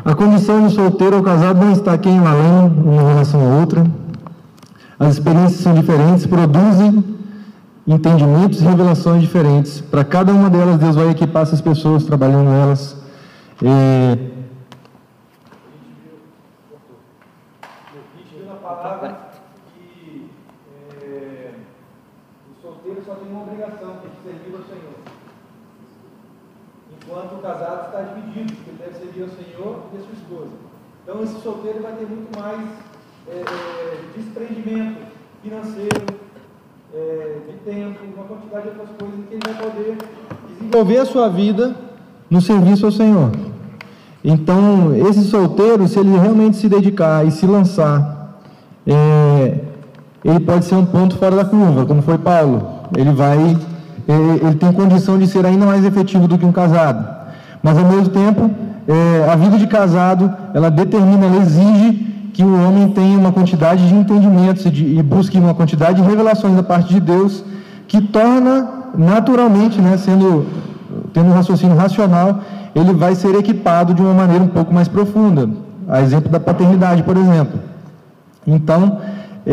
A condição de solteiro ou casado não está aqui em além uma relação a outra. As experiências são diferentes, produzem entendimentos e revelações diferentes. Para cada uma delas, Deus vai equipar essas pessoas, trabalhando elas. A gente viu na palavra que o solteiro só tem uma obrigação, que é de servir ao Senhor. Enquanto o casado está dividido, porque ele deve servir ao Senhor e a sua esposa. Então esse solteiro vai ter muito mais desprendimento financeiro, de tempo, uma quantidade de outras coisas que ele vai poder desenvolver a sua vida no serviço ao Senhor. Então, esse solteiro, se ele realmente se dedicar e se lançar, ele pode ser um ponto fora da curva, como foi Paulo. Ele tem condição de ser ainda mais efetivo do que um casado. Mas, ao mesmo tempo, a vida de casado, ela determina, ela exige que o homem tenha uma quantidade de entendimentos e busque uma quantidade de revelações da parte de Deus, que torna, naturalmente, né, tendo um raciocínio racional, ele vai ser equipado de uma maneira um pouco mais profunda. A exemplo da paternidade, por exemplo. Então,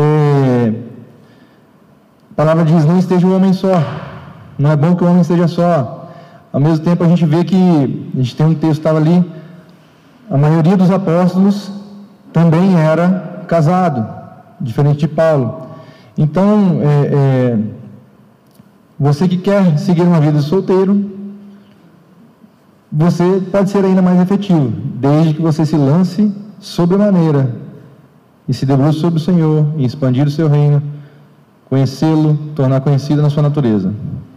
a palavra diz, não esteja o homem só. Não é bom que o homem esteja só. Ao mesmo tempo, a gente vê que, a gente tem um texto que estava ali, a maioria dos apóstolos também era casado, diferente de Paulo. Então, você que quer seguir uma vida de solteiro, você pode ser ainda mais efetivo, desde que você se lance sobremaneira e se debruce sobre o Senhor e expandir o seu reino, conhecê-lo, tornar conhecido na sua natureza.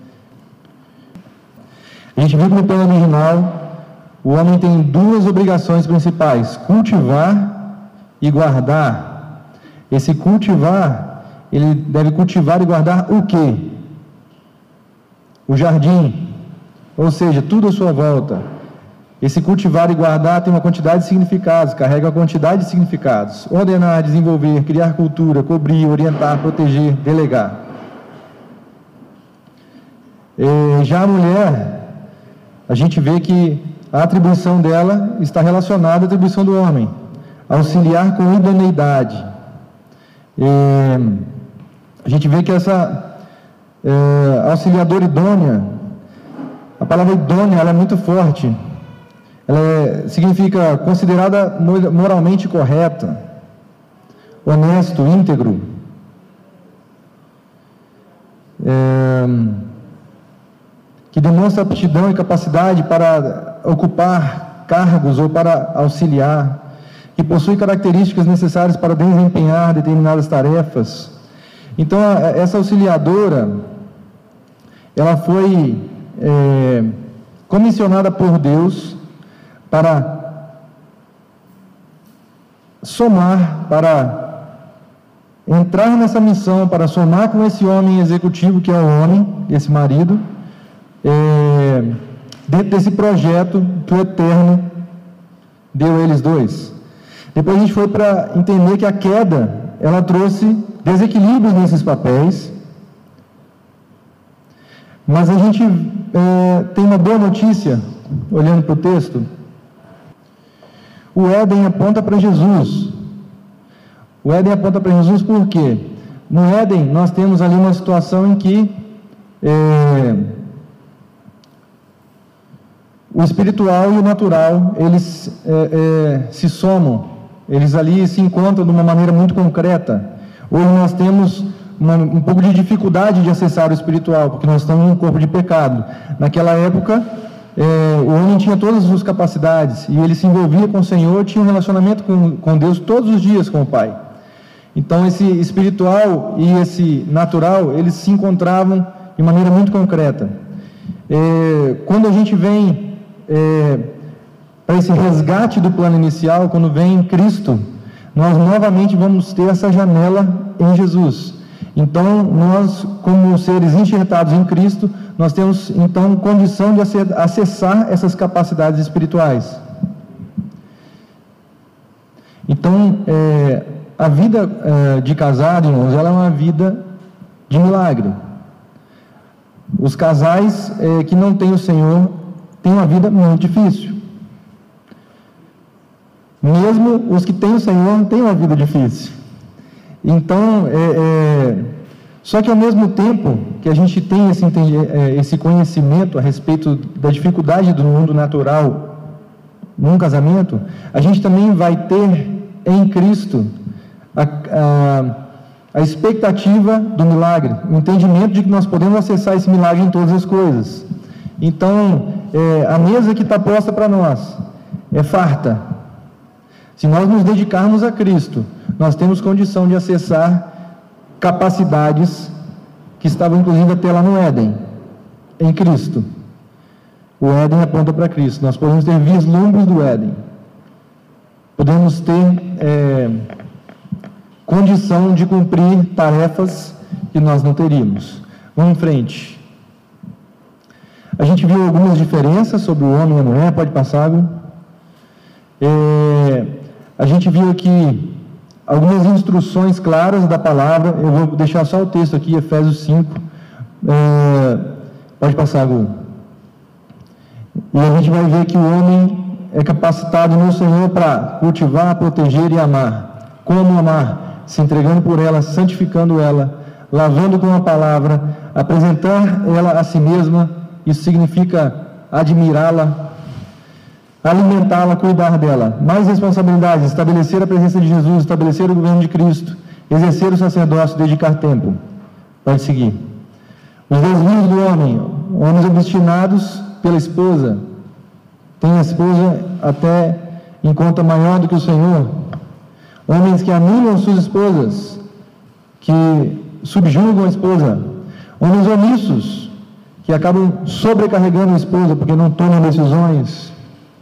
A gente viu que no plano original, o homem tem duas obrigações principais: cultivar e guardar. Esse cultivar, ele deve cultivar e guardar o quê? O jardim, ou seja, tudo à sua volta. Esse cultivar e guardar tem uma quantidade de significados, carrega uma quantidade de significados: ordenar, desenvolver, criar cultura, cobrir, orientar, proteger, delegar. Já a mulher, a gente vê que a atribuição dela está relacionada à atribuição do homem: auxiliar com idoneidade. A gente vê que essa auxiliadora idônea, a palavra idônea, ela é muito forte. Ela significa considerada moralmente correta, honesto, íntegro. Que demonstra aptidão e capacidade para ocupar cargos ou para auxiliar, que possui características necessárias para desempenhar determinadas tarefas. Então, essa auxiliadora, ela foi comissionada por Deus para somar, para entrar nessa missão, para somar com esse homem executivo que é o homem, esse marido, dentro desse projeto que o Eterno deu a eles dois. Depois a gente foi para entender que a queda, ela trouxe desequilíbrios nesses papéis, mas a gente tem uma boa notícia, olhando para o texto. O Éden aponta para Jesus. O Éden aponta para Jesus por quê? No Éden nós temos ali uma situação em que o espiritual e o natural, eles se somam, eles ali se encontram de uma maneira muito concreta. Hoje nós temos um pouco de dificuldade de acessar o espiritual, porque nós estamos num corpo de pecado. Naquela época, o homem tinha todas as suas capacidades, e ele se envolvia com o Senhor, tinha um relacionamento com Deus todos os dias com o Pai. Então esse espiritual e esse natural, eles se encontravam de maneira muito concreta. Quando a gente vem para esse resgate do plano inicial, quando vem Cristo, nós novamente vamos ter essa janela em Jesus. Então, nós, como seres enxertados em Cristo, nós temos, então, condição de acessar essas capacidades espirituais. Então, a vida de casado, irmãos, ela é uma vida de milagre. Os casais que não têm o Senhor têm uma vida muito difícil. Mesmo os que têm o Senhor têm uma vida difícil. Então, só que ao mesmo tempo que a gente tem esse conhecimento a respeito da dificuldade do mundo natural num casamento, a gente também vai ter em Cristo a expectativa do milagre, o entendimento de que nós podemos acessar esse milagre em todas as coisas. Então, a mesa que está posta para nós é farta. Se nós nos dedicarmos a Cristo, nós temos condição de acessar capacidades que estavam inclusive até lá no Éden, em Cristo. O Éden aponta para Cristo. Nós podemos ter vislumbres do Éden. Podemos ter condição de cumprir tarefas que nós não teríamos. Vamos em frente. A gente viu algumas diferenças sobre o homem e a mulher. Pode passar, Água. A gente viu aqui algumas instruções claras da palavra. Eu vou deixar só o texto aqui, Efésios 5. Pode passar, Gu. E a gente vai ver que o homem é capacitado no Senhor para cultivar, proteger e amar. Como amar? Se entregando por ela, santificando ela, lavando com a palavra, apresentar ela a si mesma. Isso significa admirá-la, alimentá-la, cuidar dela. Mais responsabilidades: estabelecer a presença de Jesus, estabelecer o governo de Cristo, exercer o sacerdócio, dedicar tempo. Pode seguir. Os desvios do homem: homens obstinados pela esposa, tem a esposa até em conta maior do que o Senhor. Homens que anulam suas esposas, que subjugam a esposa. Homens omissos, que acabam sobrecarregando a esposa porque não tomam decisões.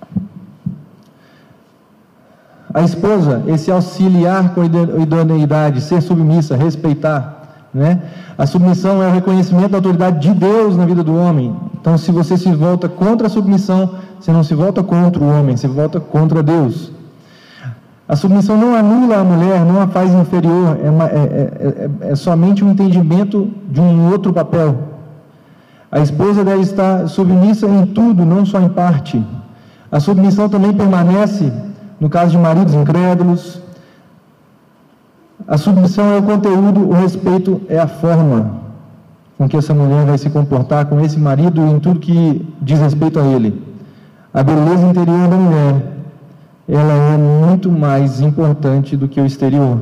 A esposa, esse auxiliar com idoneidade, ser submissa, respeitar, né? A submissão é o reconhecimento da autoridade de Deus na vida do homem. Então, se você se volta contra a submissão, você não se volta contra o homem, você volta contra Deus. A submissão não anula a mulher, não a faz inferior, é somente um entendimento de um outro papel. A esposa deve estar submissa em tudo, não só em parte. A submissão também permanece no caso de maridos incrédulos. A submissão é o conteúdo, o respeito é a forma com que essa mulher vai se comportar com esse marido em tudo que diz respeito a ele. A beleza interior da mulher, ela é muito mais importante do que o exterior.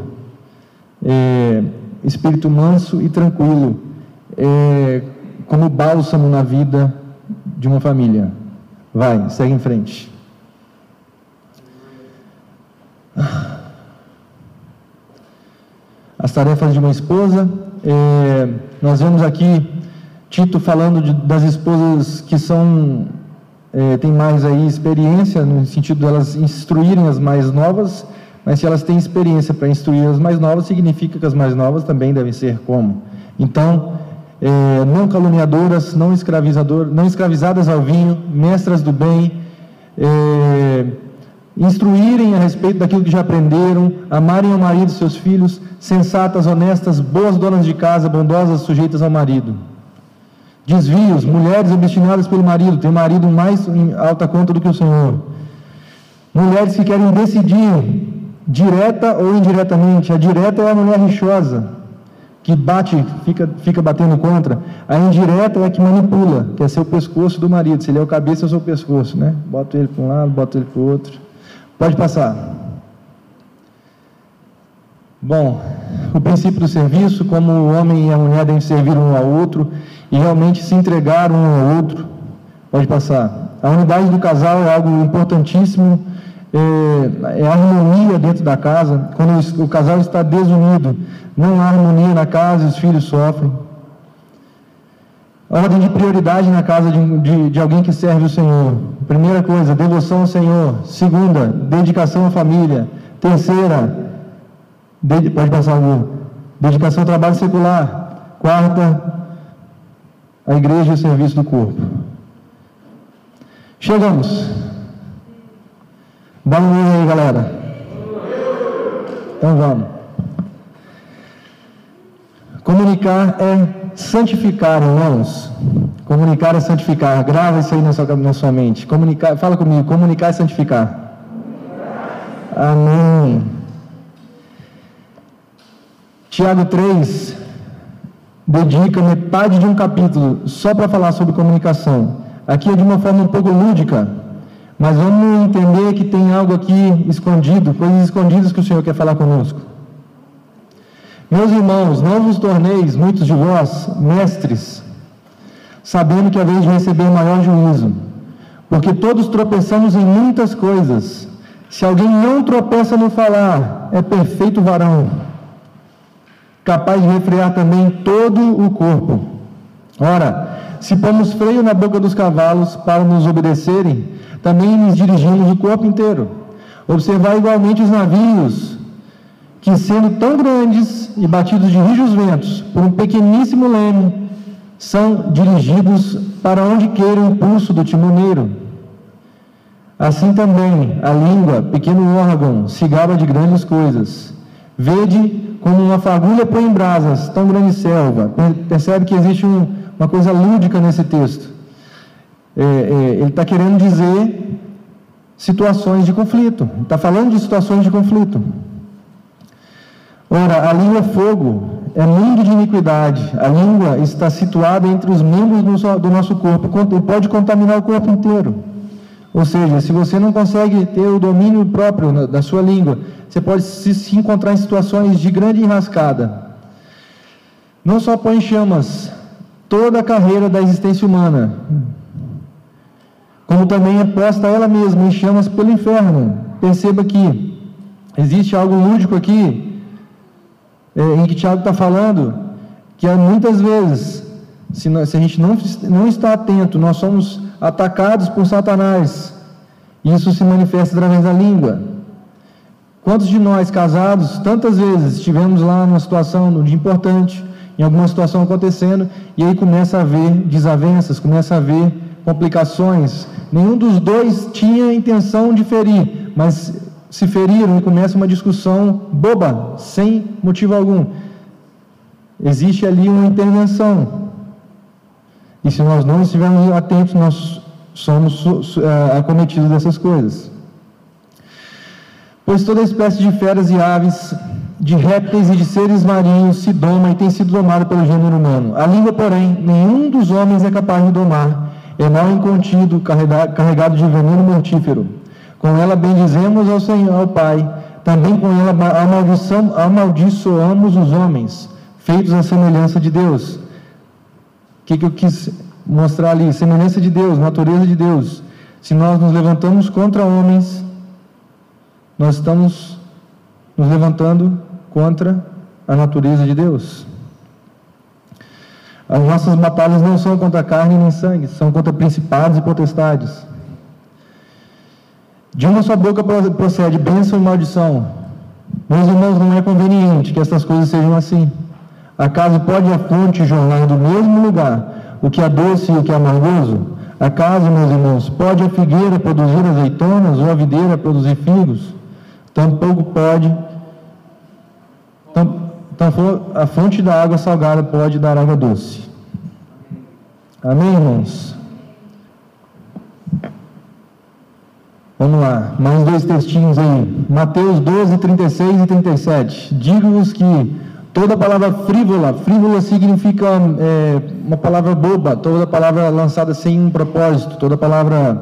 Espírito manso e tranquilo, como bálsamo na vida de uma família. Vai, segue em frente. As tarefas de uma esposa. Nós vemos aqui Tito falando das esposas que têm mais aí experiência, no sentido de elas instruírem as mais novas, mas se elas têm experiência para instruir as mais novas, significa que as mais novas também devem ser como. Então, não caluniadoras, não escravizadas ao vinho, mestras do bem, instruírem a respeito daquilo que já aprenderam, amarem ao marido e seus filhos, sensatas, honestas, boas donas de casa, bondosas, sujeitas ao marido. Desvios: mulheres obstinadas pelo marido, tem marido mais em alta conta do que o Senhor. Mulheres que querem decidir, direta ou indiretamente. A direta é a mulher rixosa, que bate, fica batendo contra. A indireta é a que manipula, que é ser o pescoço do marido. Se ele é o cabeça, eu sou o pescoço, né? Boto ele para um lado, boto ele para o outro. Pode passar. Bom, o princípio do serviço, como o homem e a mulher devem servir um ao outro e realmente se entregar um ao outro. Pode passar. A unidade do casal é algo importantíssimo, é a harmonia dentro da casa. Quando o casal está desunido, não há harmonia na casa e os filhos sofrem. A ordem de prioridade na casa de alguém que serve o Senhor: primeira coisa, devoção ao Senhor. Segunda, dedicação à família. Terceira, pode passar algum, dedicação ao trabalho secular. Quarta, a igreja e o serviço do corpo. Chegamos. Dá um oi aí, galera. Então vamos. Comunicar é santificar, irmãos. Comunicar é santificar. Grava isso aí na sua mente. Comunicar, fala comigo. Comunicar é santificar. Amém. Tiago 3 dedica metade de um capítulo só para falar sobre comunicação. Aqui é de uma forma um pouco lúdica, mas vamos entender que tem algo aqui escondido, coisas escondidas que o Senhor quer falar conosco. Meus irmãos, não vos torneis, muitos de vós, mestres, sabendo que haveis de receber maior juízo, porque todos tropeçamos em muitas coisas. Se alguém não tropeça no falar, é perfeito varão, capaz de refrear também todo o corpo. Ora, se pomos freio na boca dos cavalos para nos obedecerem, também lhes dirigimos o corpo inteiro. Observai igualmente os navios, que sendo tão grandes e batidos de rijos ventos, por um pequeníssimo leme, são dirigidos para onde queira o impulso do timoneiro. Assim também a língua, pequeno órgão, se gaba de grandes coisas. Vede como uma fagulha põe em brasas tão grande selva. Percebe que existe uma coisa lúdica nesse texto. Ele está querendo dizer situações de conflito. Está falando de situações de conflito. Ora, a língua é fogo, é mundo de iniquidade. A língua está situada entre os membros do nosso corpo e pode contaminar o corpo inteiro. Ou seja, se você não consegue ter o domínio próprio da sua língua, você pode se encontrar em situações de grande enrascada. Não só põe em chamas toda a carreira da existência humana, como também é posta ela mesma em chamas pelo inferno. Perceba que existe algo lúdico aqui, em que Tiago está falando, que muitas vezes, se a gente não está atento, nós somos atacados por Satanás. Isso se manifesta através da língua. Quantos de nós casados, tantas vezes, estivemos lá numa situação de importante, em alguma situação acontecendo, e aí começa a haver desavenças, começa a haver complicações. Nenhum dos dois tinha intenção de ferir, mas se feriram e começa uma discussão boba, sem motivo algum. Existe ali uma intervenção. E se nós não estivermos atentos, nós somos acometidos dessas coisas. Pois toda espécie de feras e aves, de répteis e de seres marinhos se doma e tem sido domada pelo gênero humano. A língua, porém, nenhum dos homens é capaz de domar. É mal incontido, carregado de veneno mortífero. Com ela bendizemos ao Senhor, ao Pai. Também com ela amaldiçoamos os homens, feitos à semelhança de Deus. O que eu quis mostrar ali? Semelhança de Deus, natureza de Deus. Se nós nos levantamos contra homens, nós estamos nos levantando contra a natureza de Deus. As nossas batalhas não são contra carne nem sangue, são contra principados e potestades. De uma só boca procede bênção e maldição. Meus irmãos, não é conveniente que estas coisas sejam assim. Acaso pode a fonte jorrar do mesmo lugar o que é doce e o que é amargoso? Acaso, meus irmãos, pode a figueira produzir azeitonas ou a videira produzir figos? Tampouco pode. A fonte da água salgada pode dar água doce. Amém, irmãos? Vamos lá, mais dois textinhos aí. Mateus 12, 36 e 37. Digo-vos que toda palavra frívola significa uma palavra boba, toda palavra lançada sem um propósito, toda palavra...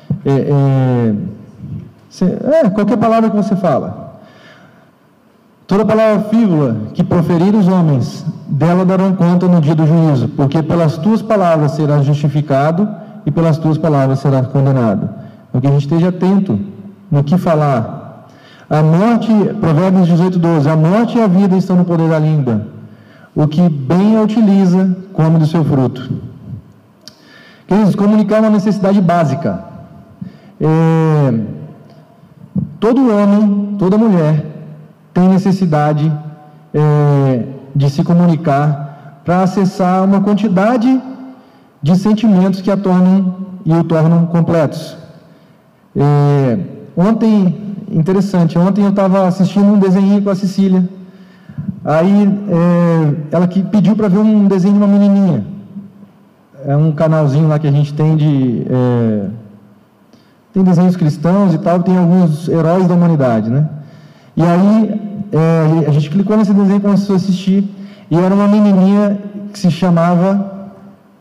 qualquer palavra que você fala. Toda palavra frívola que proferir os homens, dela darão conta no dia do juízo, porque pelas tuas palavras serás justificado e pelas tuas palavras serás condenado. Então, que a gente esteja atento no que falar. A morte, Provérbios 18:12, a morte e a vida estão no poder da língua. O que bem a utiliza, come do seu fruto. Queridos, comunicar é uma necessidade básica. Todo homem, toda mulher tem necessidade de se comunicar para acessar uma quantidade de sentimentos que o tornam completos. Ontem eu estava assistindo um desenho com a Cecília, aí ela que pediu para ver um desenho de uma menininha, é um canalzinho lá que a gente tem tem desenhos cristãos e tal, tem alguns heróis da humanidade, né? E aí a gente clicou nesse desenho e começou a assistir, e era uma menininha que se chamava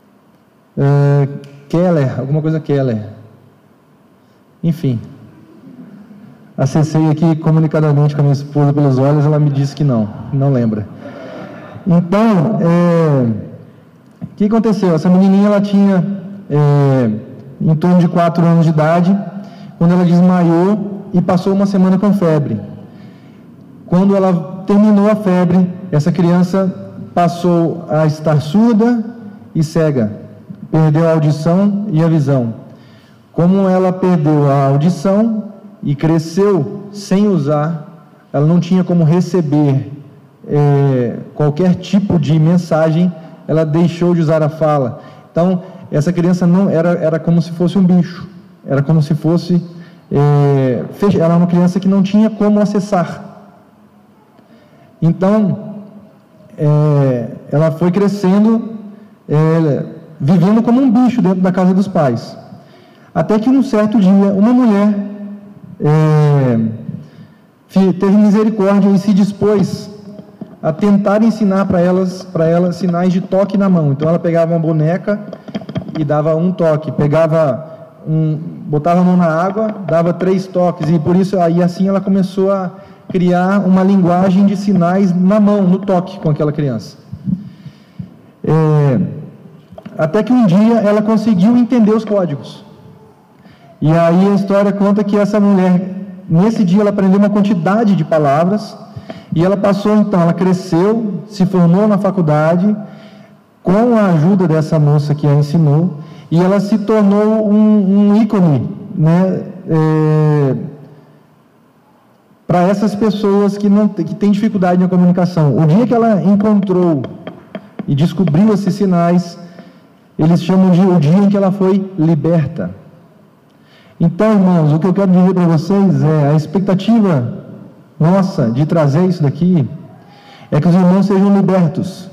Keller, alguma coisa Keller. Enfim, acessei aqui comunicadamente com a minha esposa pelos olhos, ela me disse que não lembra. Então, o que aconteceu? Essa menininha, ela tinha em torno de 4 anos de idade, quando ela desmaiou e passou uma semana com febre. Quando ela terminou a febre, essa criança passou a estar surda e cega, perdeu a audição e a visão. Como ela perdeu a audição e cresceu sem usar, ela não tinha como receber qualquer tipo de mensagem, ela deixou de usar a fala. Então, essa criança não era como se fosse um bicho, era como se fosse era uma criança que não tinha como acessar. Então, ela foi crescendo, vivendo como um bicho dentro da casa dos pais. Até que, num certo dia, uma mulher teve misericórdia e se dispôs a tentar ensinar para ela sinais de toque na mão. Então, ela pegava uma boneca e dava um toque, botava a mão na água, dava 3 toques, e por isso, aí assim ela começou a criar uma linguagem de sinais na mão, no toque com aquela criança. Até que um dia ela conseguiu entender os códigos. E aí a história conta que essa mulher, nesse dia, ela aprendeu uma quantidade de palavras, e ela passou, então, ela cresceu, se formou na faculdade, com a ajuda dessa moça que a ensinou, e ela se tornou um ícone, né, para essas pessoas que têm dificuldade na comunicação. O dia que ela encontrou e descobriu esses sinais, eles chamam de o dia em que ela foi liberta. Então, irmãos, o que eu quero dizer para vocês a expectativa nossa de trazer isso daqui é que os irmãos sejam libertos.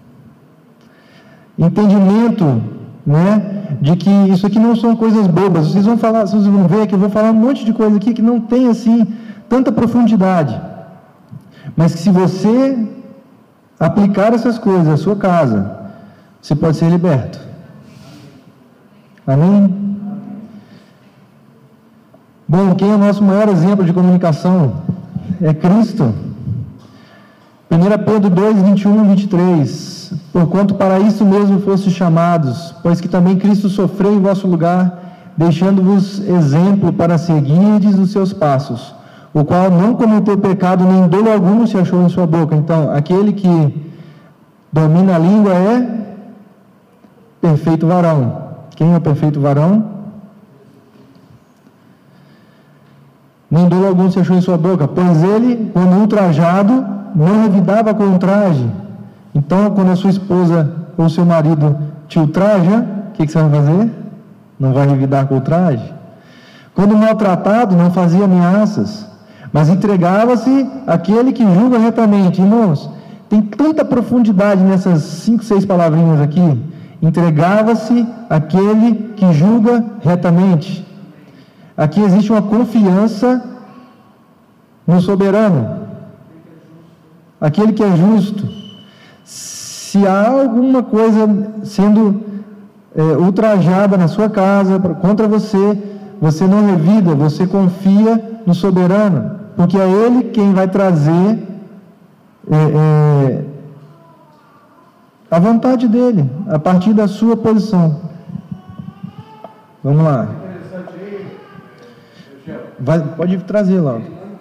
Entendimento, né, de que isso aqui não são coisas bobas. Vocês vão ver que eu vou falar um monte de coisa aqui que não tem, assim, tanta profundidade. Mas que se você aplicar essas coisas à sua casa, você pode ser liberto. Amém? Bom, quem é o nosso maior exemplo de comunicação? É Cristo. 1 Pedro 2, 21 e 23. Porquanto para isso mesmo fostes chamados, pois que também Cristo sofreu em vosso lugar, deixando-vos exemplo para seguirdes os seus passos, o qual não cometeu pecado, nem dolo algum se achou em sua boca. Então, aquele que domina a língua é perfeito varão. Quem é o perfeito varão? Nem dolo algum se achou em sua boca, pois ele, quando ultrajado, não revidava com ultraje. Então, quando a sua esposa ou seu marido te ultraja, o que você vai fazer? Não vai revidar com ultraje? Quando maltratado, não fazia ameaças, mas entregava-se àquele que julga retamente. Irmãos, tem tanta profundidade nessas 5, 6 palavrinhas aqui. Entregava-se àquele que julga retamente. Aqui existe uma confiança no soberano, aquele que é justo. Se há alguma coisa sendo ultrajada na sua casa, contra você, você não revida, você confia no soberano, porque é ele quem vai trazer a vontade dele, a partir da sua posição. Vamos lá. Pode trazer lá.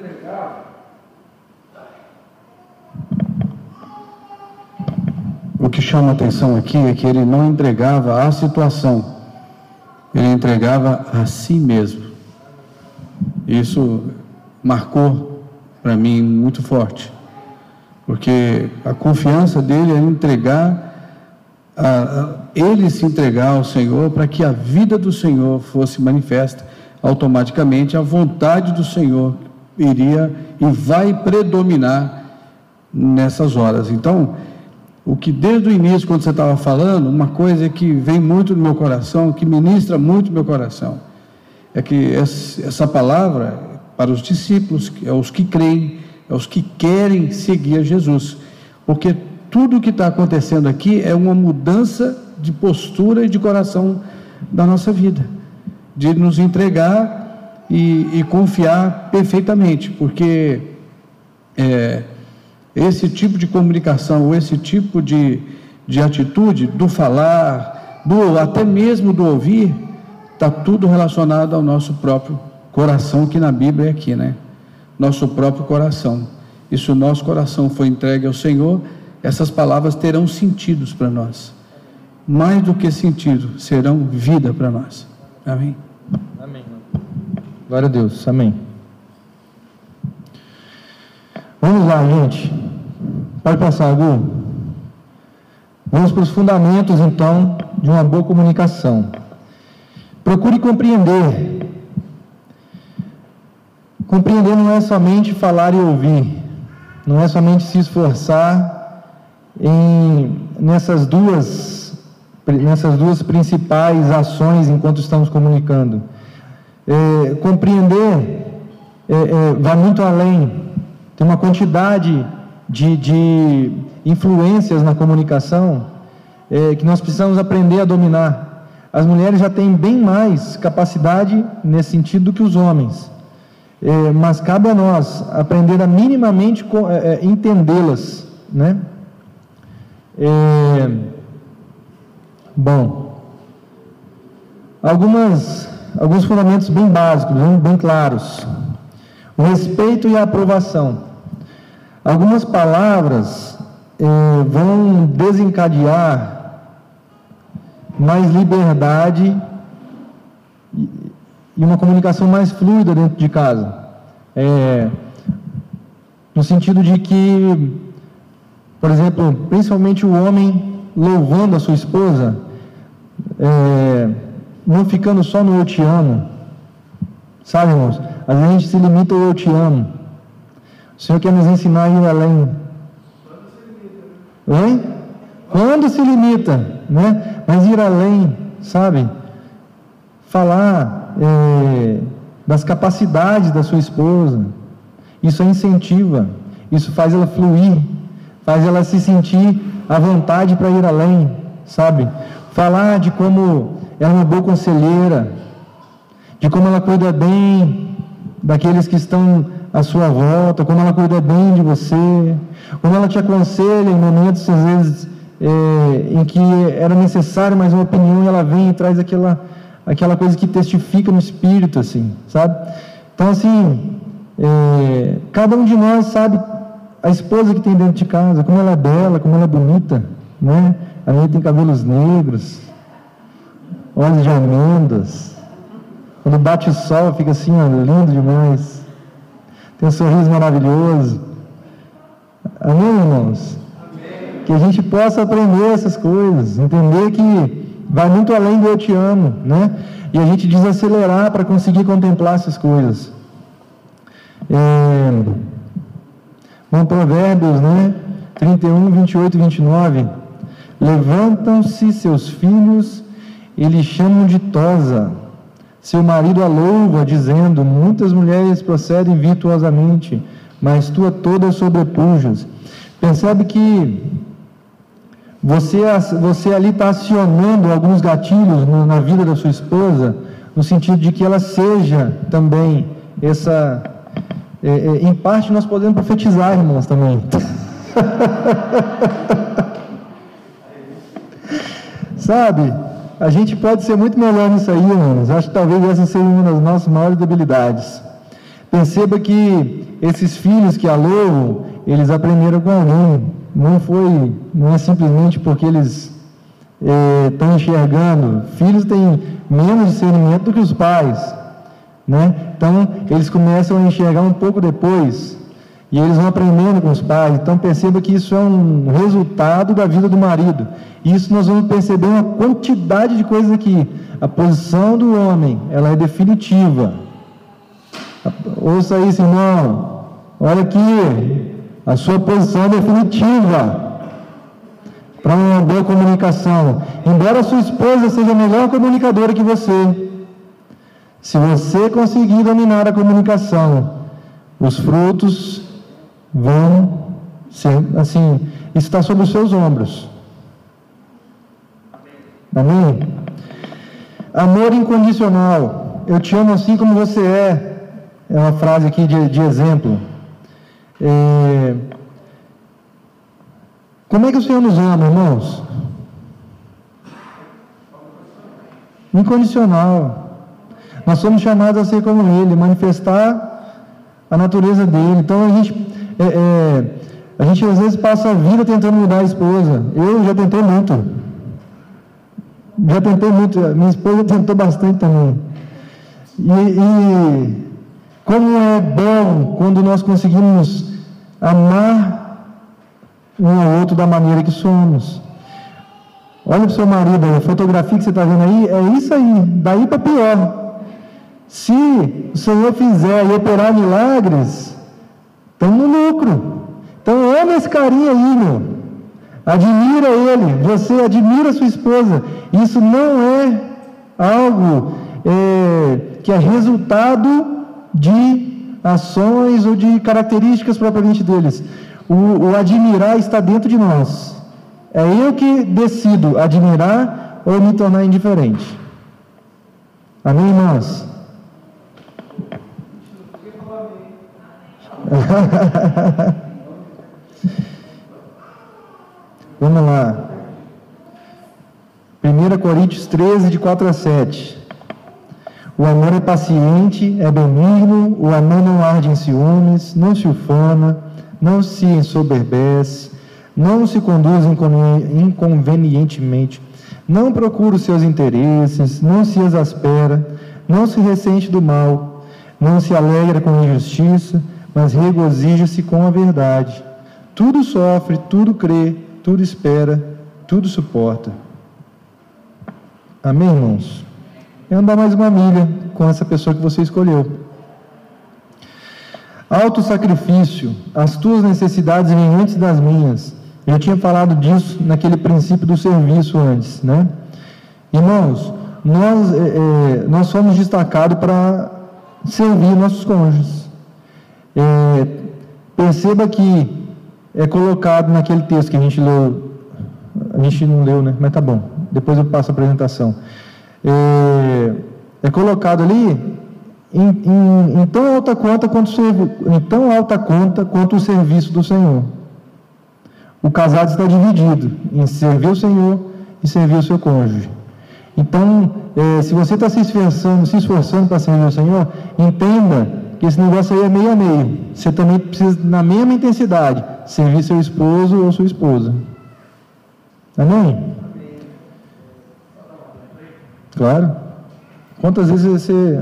O que chama a atenção aqui é que ele não entregava a situação, ele entregava a si mesmo. Isso marcou para mim muito forte, porque a confiança dele é entregar, ele se entregar ao Senhor, para que a vida do Senhor fosse manifesta. Automaticamente a vontade do Senhor iria e vai predominar nessas horas. Então, o que desde o início, quando você estava falando, uma coisa que vem muito no meu coração, que ministra muito no meu coração, é que essa palavra, para os discípulos, é os que creem, é os que querem seguir a Jesus, porque tudo o que está acontecendo aqui é uma mudança de postura e de coração da nossa vida, de nos entregar e confiar perfeitamente, porque esse tipo de comunicação, esse tipo de atitude, do falar, até mesmo do ouvir, está tudo relacionado ao nosso próprio coração, que na Bíblia é aqui, né? Nosso próprio coração. E se o nosso coração for entregue ao Senhor, essas palavras terão sentidos para nós. Mais do que sentido, serão vida para nós. Amém? Amém. Glória a Deus. Amém. Vamos lá, gente. Pode passar, Gu. Vamos para os fundamentos, então, de uma boa comunicação. Procure compreender. Compreender não é somente falar e ouvir. Não é somente se esforçar nessas duas principais ações enquanto estamos comunicando. Compreender vai muito além. Tem uma quantidade de influências na comunicação que nós precisamos aprender a dominar. As mulheres já têm bem mais capacidade nesse sentido do que os homens, mas cabe a nós aprender a minimamente entendê-las, né? Bom, alguns fundamentos bem básicos, bem claros. O respeito e a aprovação. Algumas palavras vão desencadear mais liberdade e uma comunicação mais fluida dentro de casa. No sentido de que, por exemplo, principalmente o homem louvando a sua esposa, não ficando só no eu te amo, sabe, irmãos? Às vezes a gente se limita ao eu te amo. O Senhor quer nos ensinar a ir além. Oi? Quando se limita, né? Mas ir além, sabe? Falar das capacidades da sua esposa. Isso a incentiva, isso faz ela fluir, faz ela se sentir à vontade para ir além, sabe? Falar de como ela é uma boa conselheira, de como ela cuida bem daqueles que estão à sua volta, como ela cuida bem de você, como ela te aconselha em momentos, às vezes, em que era necessário mais uma opinião, e ela vem e traz aquela coisa que testifica no espírito, assim, sabe? Então, assim, cada um de nós sabe a esposa que tem dentro de casa, como ela é bela, como ela é bonita, né? A minha tem cabelos negros, olhos de amêndoas, quando bate o sol fica assim, ó, lindo demais, tem um sorriso maravilhoso. Amém, irmãos? Amém. Que a gente possa aprender essas coisas, entender que vai muito além do eu te amo, né? E a gente desacelerar para conseguir contemplar essas coisas. Bom, Provérbios, né? 31, 28 e 29. Levantam-se seus filhos e lhe chamam de tosa. Seu marido a louva, dizendo: muitas mulheres procedem virtuosamente, mas tu a todas sobrepujas. Percebe que você ali está acionando alguns gatilhos na vida da sua esposa, no sentido de que ela seja também essa... em parte nós podemos profetizar, irmãos, também. Sabe? A gente pode ser muito melhor nisso aí, irmãos. Acho que talvez essa seja uma das nossas maiores debilidades. Perceba que esses filhos que a louvam, eles aprenderam com alguém. Não é simplesmente porque eles estão enxergando. Filhos têm menos discernimento do que os pais, né? Então, eles começam a enxergar um pouco depois, e eles vão aprendendo com os pais. Então, perceba que isso é um resultado da vida do marido. Isso nós vamos perceber uma quantidade de coisas aqui. A posição do homem, ela é definitiva. Ouça isso, irmão. Olha aqui, a sua posição é definitiva para uma boa comunicação. Embora a sua esposa seja a melhor comunicadora que você, Se você conseguir dominar a comunicação, os frutos vão ser, assim, isso está sobre os seus ombros. Amém? Amor incondicional. Eu te amo assim como você é. É uma frase aqui de exemplo. Como é que o Senhor nos ama, irmãos? Incondicional. Nós somos chamados a ser como Ele, manifestar a natureza dele. Então a gente às vezes passa a vida tentando mudar a esposa. Eu já tentei muito. Minha esposa tentou bastante também. E como é bom quando nós conseguimos amar um ao outro da maneira que somos. Olha para o seu marido, a fotografia que você está vendo aí, é isso aí, daí para pior. Se o Senhor fizer e operar milagres, estamos no lucro. Então ama esse carinha aí, meu. Admira ele, você admira sua esposa. Isso não é algo que é resultado de ações ou de características propriamente deles. O admirar está dentro de nós. É eu que decido admirar ou me tornar indiferente. Amém, irmãos? Vamos lá. 1 Coríntios 13, de 4 a 7. O amor é paciente, é benigno, o amor não arde em ciúmes, não se ufana, não se ensoberbece, não se conduz inconvenientemente, não procura os seus interesses, não se exaspera, não se ressente do mal, não se alegra com a injustiça, mas regozija-se com a verdade. Tudo sofre, tudo crê, tudo espera, tudo suporta. Amém, irmãos? É andar mais uma milha com essa pessoa que você escolheu. Autossacrifício. As tuas necessidades vêm antes das minhas. Eu tinha falado disso naquele princípio do serviço antes, né? Irmãos, nós somos destacados para servir nossos cônjuges. Perceba que é colocado naquele texto que a gente leu, a gente não leu, né? Mas tá bom, depois eu passo a apresentação. É colocado ali em tão alta conta quanto o serviço do Senhor. O casado está dividido em servir o Senhor e servir o seu cônjuge. Então, se você está se esforçando para servir o Senhor, entenda que esse negócio aí é meio a meio. Você também precisa, na mesma intensidade, servir seu esposo ou sua esposa. Amém? Claro. Quantas vezes você...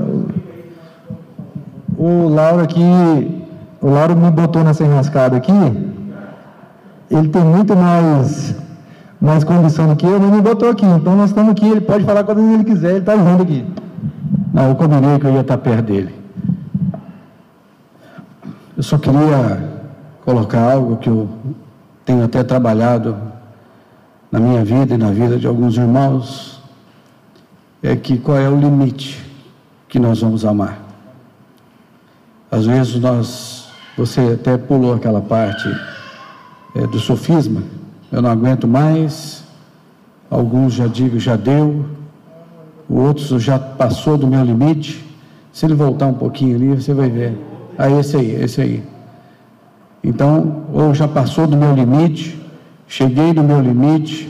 O Lauro me botou nessa enrascada aqui. Ele tem muito mais condição do que eu, mas me botou aqui. Então nós estamos aqui, ele pode falar quando ele quiser, ele está junto aqui. Não, eu combinei que eu ia estar perto dele. Eu só queria colocar algo que eu tenho até trabalhado na minha vida e na vida de alguns irmãos, é que qual é o limite que nós vamos amar. Às vezes você até pulou aquela parte do sofisma, eu não aguento mais, alguns já deu, o outro já passou do meu limite. Se ele voltar um pouquinho ali, você vai ver, esse aí, então, ou já passou do meu limite, cheguei no meu limite.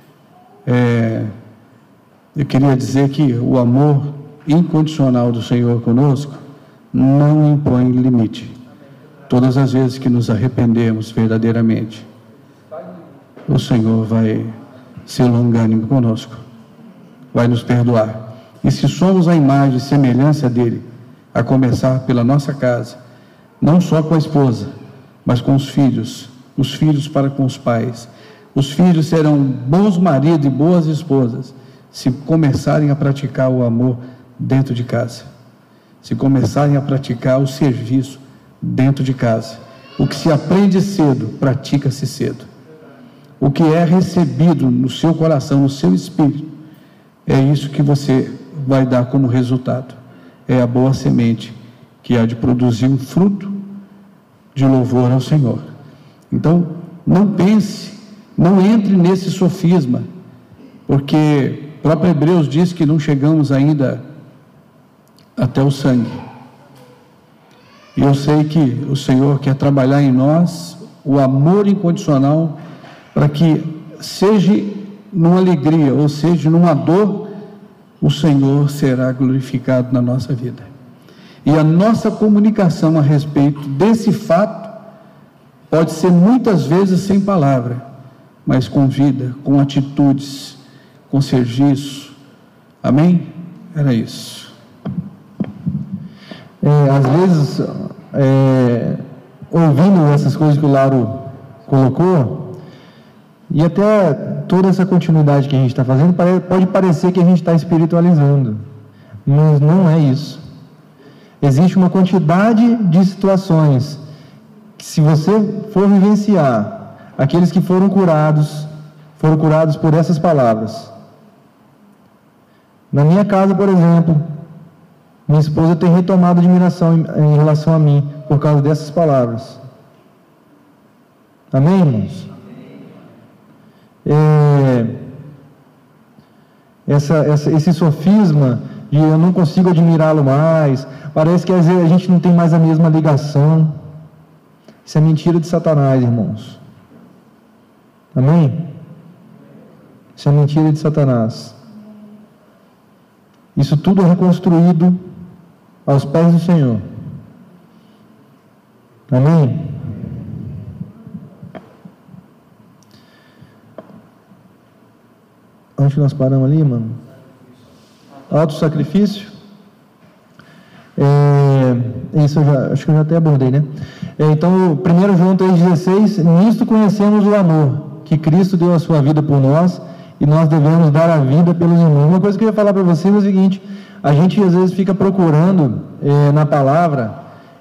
Eu queria dizer que o amor incondicional do Senhor conosco não impõe limite. Todas as vezes que nos arrependemos verdadeiramente, o Senhor vai ser longânimo conosco, vai nos perdoar. E se somos a imagem e semelhança dele, a começar pela nossa casa, não só com a esposa, mas com os filhos para com os pais. Os filhos serão bons maridos e boas esposas se começarem a praticar o amor dentro de casa, se começarem a praticar o serviço dentro de casa. O que se aprende cedo, pratica-se cedo. O que é recebido no seu coração, no seu espírito, é isso que você vai dar como resultado. é a boa semente, que há de produzir um fruto de louvor ao Senhor. Então, não pense, não entre nesse sofisma, porque o próprio Hebreus diz que não chegamos ainda até o sangue. E eu sei que o Senhor quer trabalhar em nós o amor incondicional, para que seja numa alegria, ou seja numa dor, o Senhor será glorificado na nossa vida. E a nossa comunicação a respeito desse fato pode ser muitas vezes sem palavra, mas com vida, com atitudes, com serviço. Amém? Era isso. Às vezes, ouvindo essas coisas que o Laro colocou, e até toda essa continuidade que a gente está fazendo, pode parecer que a gente está espiritualizando, mas não é isso. Existe uma quantidade de situações que, se você for vivenciar, aqueles que foram curados por essas palavras. Na minha casa, por exemplo, minha esposa tem retomado admiração em relação a mim, por causa dessas palavras. Amém, irmãos? Esse sofisma de eu não consigo admirá-lo mais, parece que às vezes a gente não tem mais a mesma ligação. Isso é mentira de Satanás, irmãos. Amém? Isso é mentira de Satanás. Isso tudo é reconstruído aos pés do Senhor. Amém? Onde nós paramos ali, mano? Autossacrifício? Isso acho que eu já até abordei, né? Então, 1 João 3,16: nisto conhecemos o amor, que Cristo deu a sua vida por nós, e nós devemos dar a vida pelos irmãos. Uma coisa que eu ia falar para vocês é o seguinte: a gente às vezes fica procurando na palavra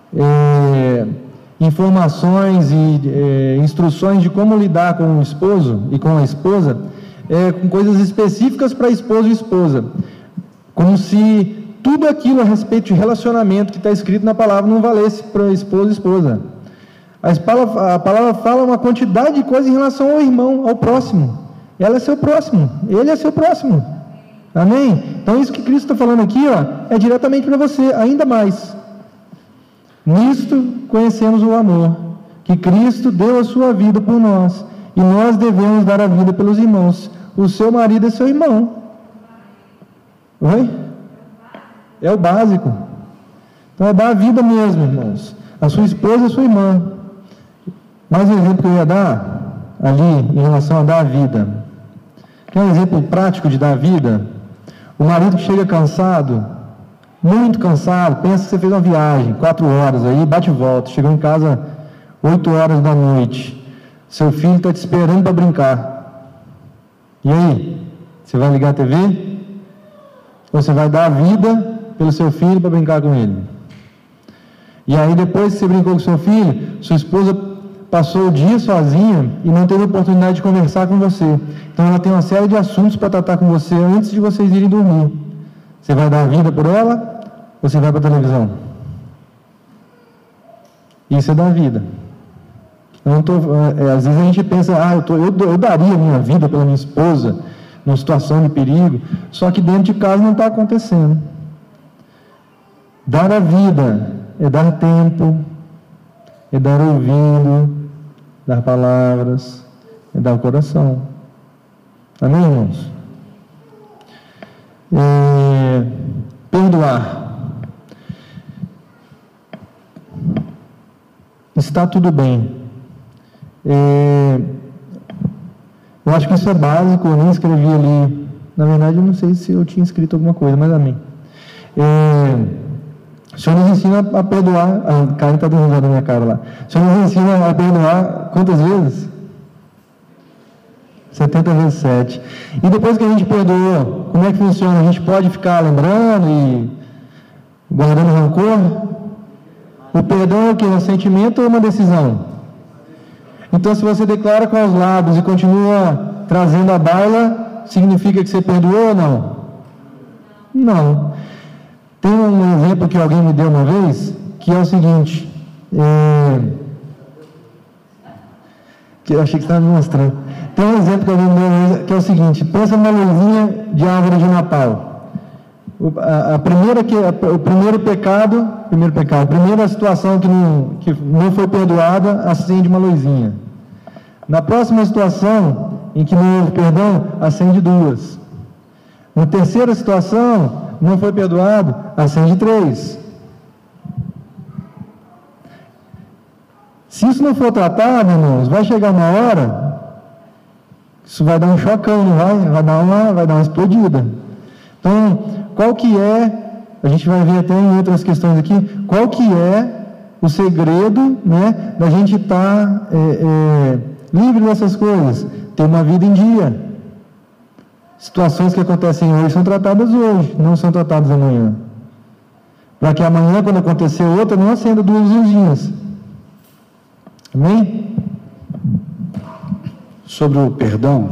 informações e instruções de como lidar com o esposo e com a esposa, com coisas específicas para esposo e esposa, como se tudo aquilo a respeito de relacionamento que está escrito na palavra não valesse para esposo e esposa. A palavra fala uma quantidade de coisas em relação ao irmão, ao próximo. Ela é seu próximo, ele é seu próximo. Amém? Então isso que Cristo está falando aqui, é diretamente para você, ainda mais. Nisto conhecemos o amor, que Cristo deu a sua vida por nós, e nós devemos dar a vida pelos irmãos. O seu marido é seu irmão. Oi? É o básico. Então é dar a vida mesmo, irmãos. A sua esposa é sua irmã. Mais um exemplo que eu ia dar ali em relação a dar a vida. Quer um exemplo prático de dar a vida? O marido que chega cansado, muito cansado, pensa que você fez uma viagem, 4 horas, aí bate e volta, chegou em casa 8 horas da noite, seu filho está te esperando para brincar. E aí? Você vai ligar a TV? Ou você vai dar a vida pelo seu filho para brincar com ele? E aí depois que você brincou com seu filho, sua esposa passou o dia sozinha e não teve oportunidade de conversar com você. Então ela tem uma série de assuntos para tratar com você antes de vocês irem dormir. Você vai dar a vida por ela ou você vai para a televisão? Isso é dar vida. Às vezes a gente pensa, eu daria a minha vida pela minha esposa numa situação de perigo, só que dentro de casa não está acontecendo. Dar a vida é dar tempo, é dar ouvido, dar palavras, é dar o coração. Amém, irmãos? Perdoar. Está tudo bem. Eu acho que isso é básico, eu nem escrevi ali. Na verdade, eu não sei se eu tinha escrito alguma coisa, mas amém. O Senhor nos ensina a perdoar. A Karen está dando risada na minha cara lá. O Senhor nos ensina a perdoar quantas vezes? 70 vezes 7. E depois que a gente perdoou, como é que funciona? A gente pode ficar lembrando e guardando rancor? O perdão é o quê? Um sentimento ou uma decisão? Então, se você declara com os lábios e continua trazendo a baila, significa que você perdoou ou não? Não. Tem um exemplo que alguém me deu uma vez, que é o seguinte, que eu achei que você estava me mostrando. Tem um exemplo que alguém me deu uma vez, que é o seguinte: pensa numa luzinha de árvore de Natal. A primeira situação que não foi perdoada, acende uma luzinha. Na próxima situação, em que não houve perdão, acende duas. Na terceira situação, não foi perdoado, acende três. Se isso não for tratado, irmãos, vai chegar uma hora, isso vai dar um chocão, não vai? Vai dar uma explodida. Então, qual que é, a gente vai ver até em outras questões aqui, qual que é o segredo, né, da gente estar livre dessas coisas? Ter uma vida em dia. Situações que acontecem hoje são tratadas hoje, não são tratadas amanhã. Para que amanhã, quando acontecer outra, não acenda duas luzinhas. Amém? Sobre o perdão,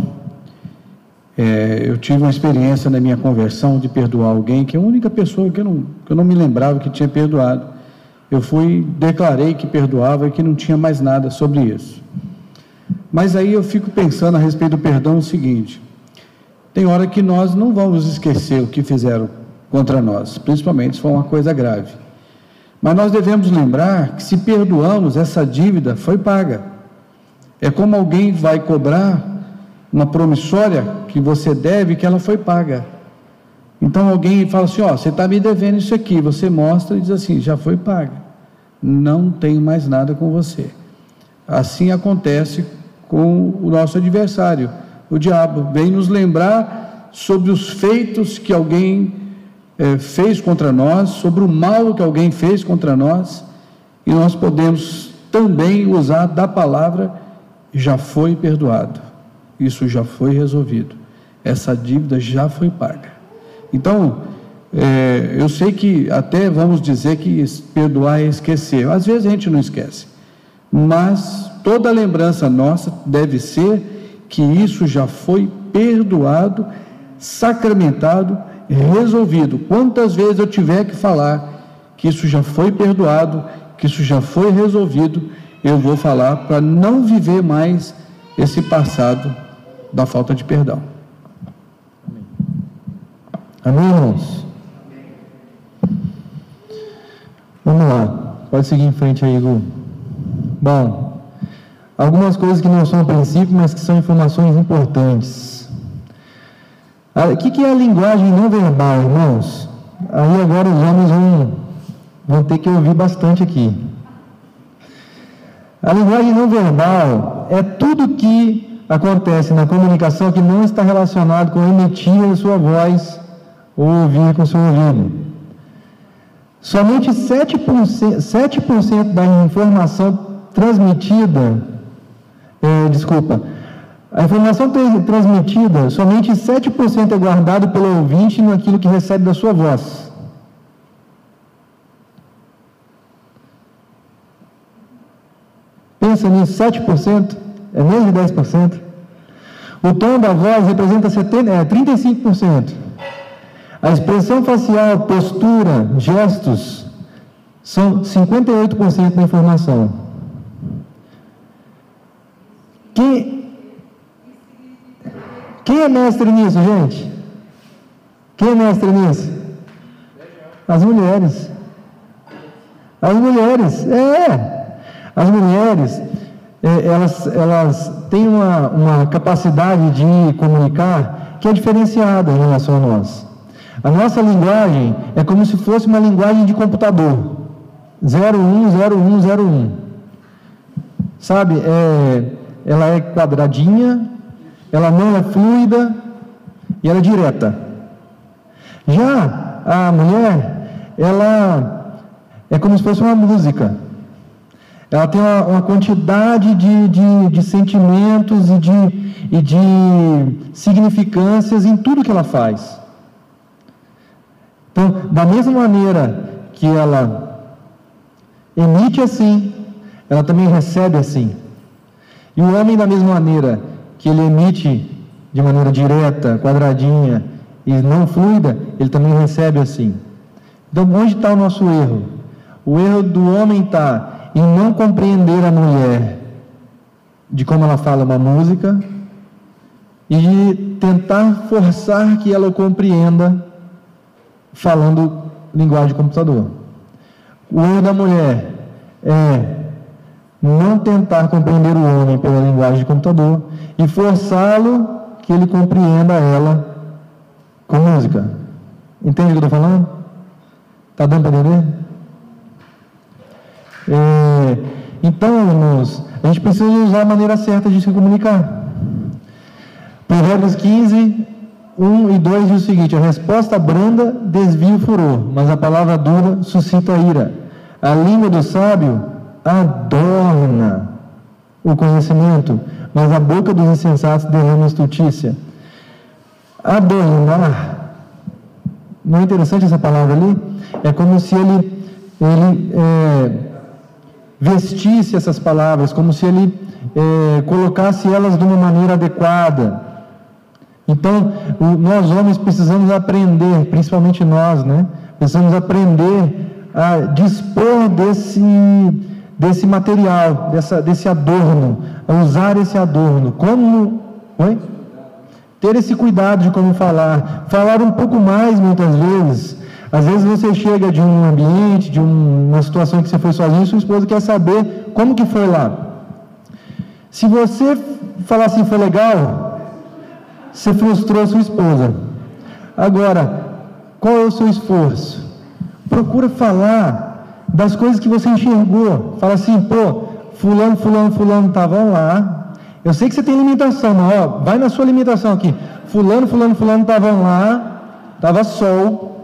eu tive uma experiência na minha conversão de perdoar alguém, que é a única pessoa que eu não me lembrava que tinha perdoado. Eu declarei que perdoava e que não tinha mais nada sobre isso. Mas aí eu fico pensando a respeito do perdão o seguinte: tem hora que nós não vamos esquecer o que fizeram contra nós, principalmente se for uma coisa grave. Mas nós devemos lembrar que, se perdoamos, essa dívida foi paga. É como alguém vai cobrar uma promissória que você deve, que ela foi paga. Então alguém fala assim: você está me devendo isso aqui. Você mostra e diz assim: já foi paga, não tenho mais nada com você. Assim acontece com o nosso adversário, o diabo. Vem nos lembrar sobre os feitos que alguém fez contra nós, sobre o mal que alguém fez contra nós, e nós podemos também usar da palavra: já foi perdoado, isso já foi resolvido, essa dívida já foi paga. Então, eu sei que até vamos dizer que perdoar é esquecer. Às vezes a gente não esquece, mas toda lembrança nossa deve ser que isso já foi perdoado, sacramentado, resolvido. Quantas vezes eu tiver que falar que isso já foi perdoado, que isso já foi resolvido, eu vou falar, para não viver mais esse passado da falta de perdão. Amém, irmãos? Vamos lá, pode seguir em frente aí, Gu. Bom, algumas coisas que não são princípios, mas que são informações importantes. O que é a linguagem não verbal, irmãos? Aí agora os homens vão ter que ouvir bastante aqui. A linguagem não verbal é tudo que acontece na comunicação que não está relacionado com emitir a sua voz ou ouvir com o seu ouvido. Somente 7% da informação transmitida, a informação transmitida, somente 7% é guardado pelo ouvinte naquilo que recebe da sua voz. Pensa nisso, 7%, é menos de 10%. O tom da voz representa 35%. A expressão facial, postura, gestos, são 58% da informação. Quem é mestre nisso, gente? Quem é mestre nisso? As mulheres. As mulheres, As mulheres, elas têm uma capacidade de comunicar que é diferenciada em relação a nós. A nossa linguagem é como se fosse uma linguagem de computador. 010101. Sabe, ela é quadradinha, ela não é fluida e ela é direta. Já a mulher, ela é como se fosse uma música. Ela tem uma quantidade de sentimentos e de significâncias em tudo que ela faz. Então, da mesma maneira que ela emite assim, ela também recebe assim. E o homem, da mesma maneira que ele emite de maneira direta, quadradinha e não fluida, ele também recebe assim. Então, onde está o nosso erro? O erro do homem está em não compreender a mulher de como ela fala uma música e de tentar forçar que ela o compreenda falando linguagem de computador. O erro da mulher é não tentar compreender o homem pela linguagem de computador e forçá-lo que ele compreenda ela com música. Entende o que eu estou falando? Está dando para entender? Então, irmãos, a gente precisa usar a maneira certa de se comunicar. Provérbios 15, 1 e 2 diz o seguinte: a resposta branda desvia o furor, mas a palavra dura suscita a ira. A língua do sábio adorna o conhecimento, mas a boca dos insensatos derrama estultícia. Adornar, não é interessante essa palavra ali? É como se ele vestisse essas palavras, como se ele colocasse elas de uma maneira adequada. Então, nós homens precisamos aprender, principalmente nós, né? Precisamos aprender a dispor desse material, desse adorno, a usar esse adorno. Como... Oi? Ter esse cuidado de como falar um pouco mais muitas vezes. Às vezes você chega de um ambiente, de uma situação que você foi sozinho, sua esposa quer saber como que foi lá. Se você falar assim, foi legal, você frustrou a sua esposa. Agora, qual é o seu esforço? Procura falar das coisas que você enxergou. Fala assim, pô, fulano estavam lá. Eu sei que você tem limitação, mas ó, vai na sua limitação aqui. Fulano estavam lá, estava sol,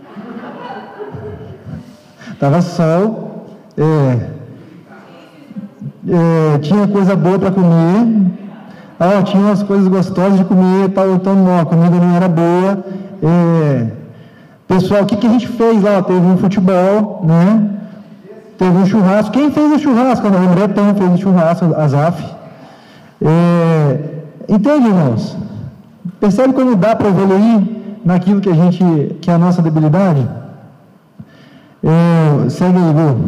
tinha coisa boa para comer, tinha umas coisas gostosas de comer, então não, a comida não era boa. Pessoal, o que a gente fez lá? Teve um futebol, né? Teve um churrasco. Quem fez o churrasco? O Bretão fez o churrasco, a Zaf. Entende, irmãos? Percebe como dá para evoluir naquilo que é a nossa debilidade? Segue aí, Gu.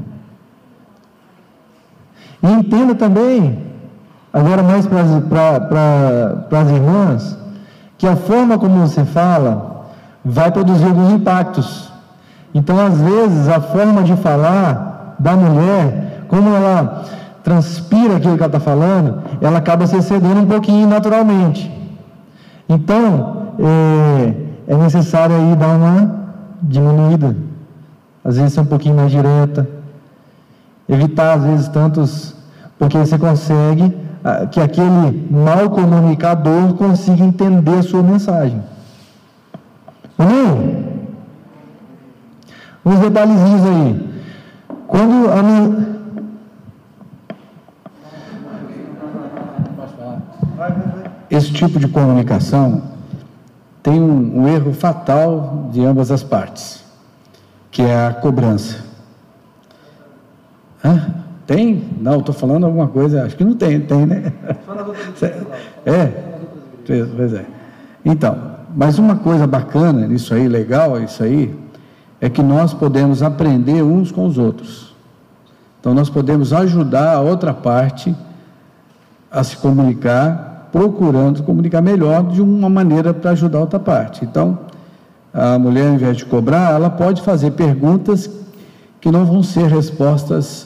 E entenda também, agora mais para as irmãs, que a forma como você fala vai produzir alguns impactos. Então, às vezes, a forma de falar da mulher, como ela transpira aquilo que ela está falando, ela acaba se excedendo um pouquinho naturalmente. Então, é necessário aí dar uma diminuída. Às vezes ser um pouquinho mais direta. Evitar, às vezes, tantos... Porque você consegue que aquele mal comunicador consiga entender a sua mensagem. Amém? Uns detalhezinhos aí. Quando a minha... Esse tipo de comunicação tem um erro fatal de ambas as partes, que é a cobrança. Tem? Não, estou falando alguma coisa, acho que não tem, né? Pois é. Então, mas uma coisa bacana nisso aí, legal isso aí, é que nós podemos aprender uns com os outros. Então, nós podemos ajudar a outra parte a se comunicar, procurando comunicar melhor de uma maneira para ajudar a outra parte. Então, a mulher, ao invés de cobrar, ela pode fazer perguntas que não vão ser respostas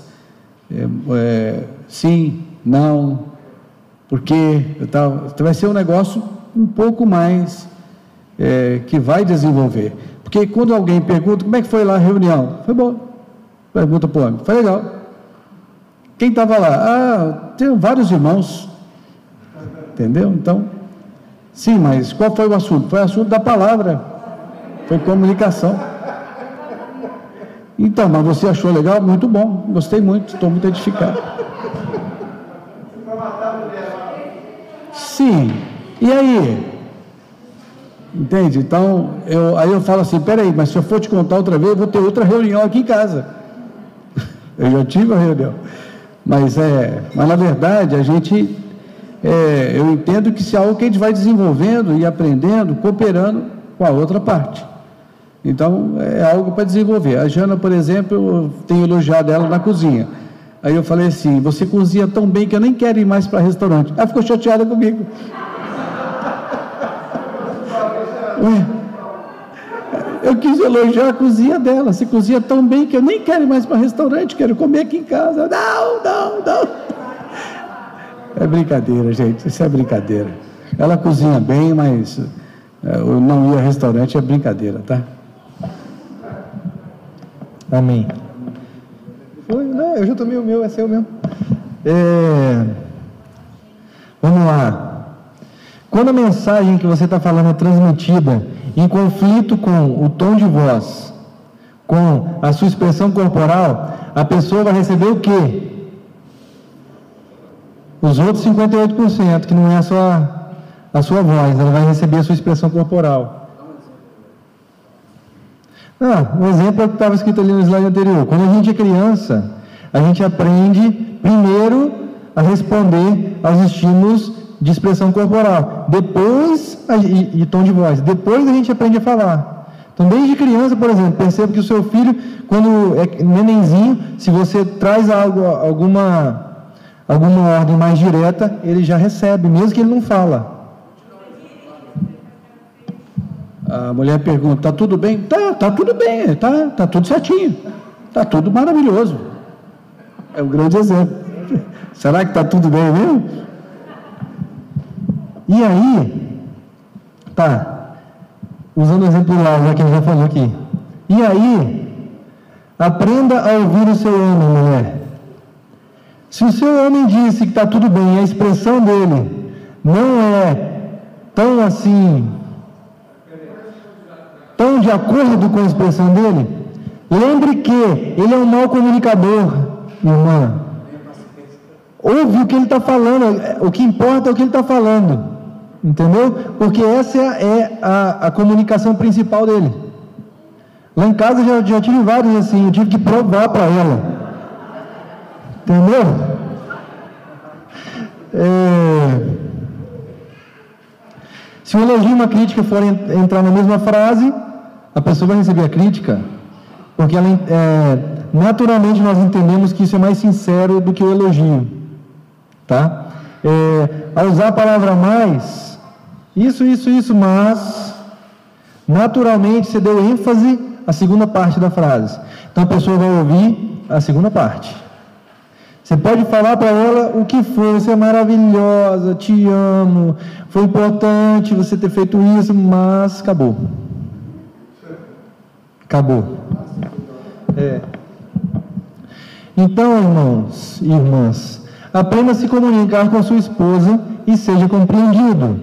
sim, não, por quê, tal. Então, vai ser um negócio um pouco mais que vai desenvolver. Porque quando alguém pergunta, como é que foi lá a reunião? Foi bom. Pergunta para o homem, foi legal. Quem estava lá? Tem vários irmãos. Entendeu? Então, sim, mas qual foi o assunto? Foi o assunto da palavra. Foi comunicação. Então, mas você achou legal? Muito bom, gostei muito, estou muito edificado. Sim, e aí? Entende? Então, aí eu falo assim, peraí, mas se eu for te contar outra vez, eu vou ter outra reunião aqui em casa. Eu já tive a reunião. Mas na verdade, a gente, eu entendo que isso é algo que a gente vai desenvolvendo e aprendendo, cooperando com a outra parte. Então, é algo para desenvolver. A Jana, por exemplo, eu tenho elogiado ela na cozinha. Aí eu falei assim, você cozinha tão bem que eu nem quero ir mais para restaurante. Ela ficou chateada comigo. Eu quis elogiar a cozinha dela. Você cozinha tão bem que eu nem quero ir mais para restaurante, quero comer aqui em casa. Não. É brincadeira, gente, isso é brincadeira. Ela cozinha bem, mas eu não ir a restaurante é brincadeira, tá? Amém. Foi? Não, eu já tomei o meu, é seu mesmo. Vamos lá. Quando a mensagem que você está falando é transmitida em conflito com o tom de voz, com a sua expressão corporal, a pessoa vai receber o quê? Os outros 58%, que não é a sua voz, ela vai receber a sua expressão corporal. Um exemplo é o que estava escrito ali no slide anterior. Quando a gente é criança, a gente aprende primeiro a responder aos estímulos de expressão corporal, depois, e tom de voz, depois a gente aprende a falar. Então, desde criança, por exemplo, perceba que o seu filho, quando é nenenzinho, se você traz alguma ordem mais direta, ele já recebe, mesmo que ele não fala. A mulher pergunta, tá tudo bem? Tá tudo bem, tá tudo certinho, tá tudo maravilhoso. É um grande exemplo. Será que tá tudo bem mesmo? E aí, usando o exemplo lá, já que ele já falou aqui. E aí, aprenda a ouvir o seu homem, mulher. Se o seu homem disse que está tudo bem, a expressão dele não é tão assim, tão de acordo com a expressão dele, lembre que ele é um mau comunicador, irmã. Ouve o que ele está falando, o que importa é o que ele está falando, entendeu? Porque essa é a comunicação principal dele. Lá em casa já tive vários assim, eu tive que provar para ela. Entendeu? Se o elogio e uma crítica forem entrar na mesma frase, a pessoa vai receber a crítica, porque naturalmente nós entendemos que isso é mais sincero do que o elogio, tá? Ao usar a palavra mais, isso, mas, naturalmente você deu ênfase à segunda parte da frase. Então a pessoa vai ouvir a segunda parte. Você pode falar para ela o que for, você é maravilhosa, te amo, foi importante você ter feito isso, mas acabou. Então, irmãos e irmãs, aprenda a se comunicar com a sua esposa e seja compreendido.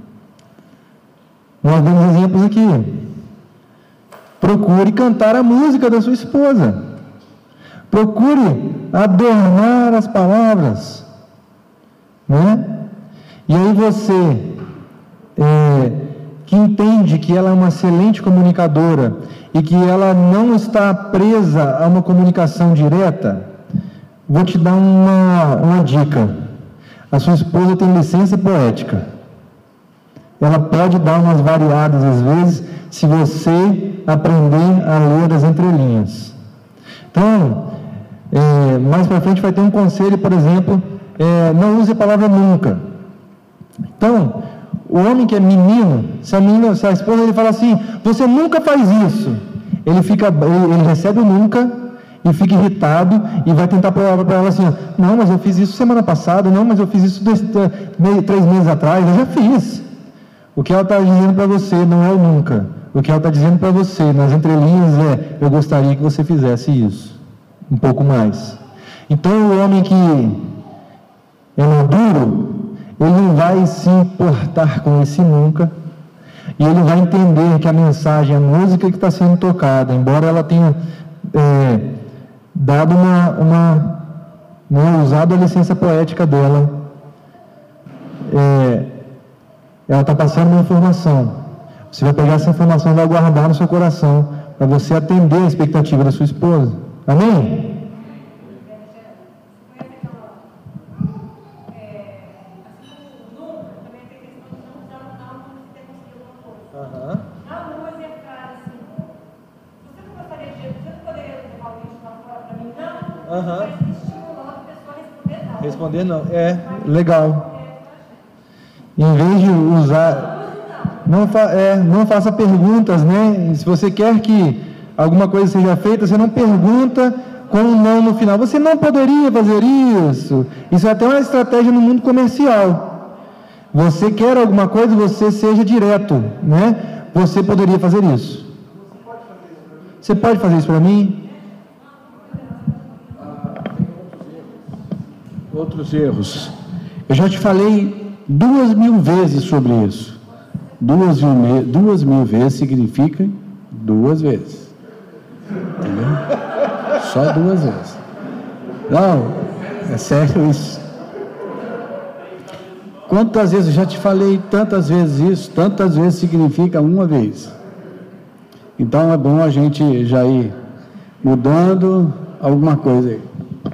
Nós damos exemplos aqui. Procure cantar a música da sua esposa. Procure adornar as palavras, né? E aí você, que entende que ela é uma excelente comunicadora e que ela não está presa a uma comunicação direta, vou te dar uma dica. A sua esposa tem licença poética. Ela pode dar umas variadas às vezes, se você aprender a ler as entrelinhas. Então, mais para frente vai ter um conselho, por exemplo, não use a palavra nunca. Então, o homem que é menino, se a esposa ele fala assim, você nunca faz isso, ele recebe o nunca e fica irritado e vai tentar provar para ela assim, não, mas eu fiz isso semana passada, não, mas eu fiz isso 3 meses atrás, eu já fiz. O que ela está dizendo para você não é o nunca. O que ela está dizendo para você nas entrelinhas eu gostaria que você fizesse isso um pouco mais. Então o homem que é maduro, ele não vai se importar com esse nunca, e ele vai entender que a mensagem, a música que está sendo tocada, embora ela tenha dado usado a licença poética dela, ela está passando uma informação. Você vai pegar essa informação e vai guardar no seu coração, para você atender a expectativa da sua esposa. Amém? Responder não. É, legal. Em vez de usar... Não faça perguntas, né? Se você quer que alguma coisa seja feita, você não pergunta com um não no final. Você não poderia fazer isso. Isso é até uma estratégia no mundo comercial. Você quer alguma coisa, você seja direto, né? Você poderia fazer isso. Você pode fazer isso para mim? Outros erros. Eu já te falei 2.000 vezes sobre isso. 2.000 vezes significa 2 vezes. Entendeu? Só 2 vezes. Não, é sério isso. Quantas vezes eu já te falei tantas vezes isso? Tantas vezes significa 1 vez. Então é bom a gente já ir mudando alguma coisa aí.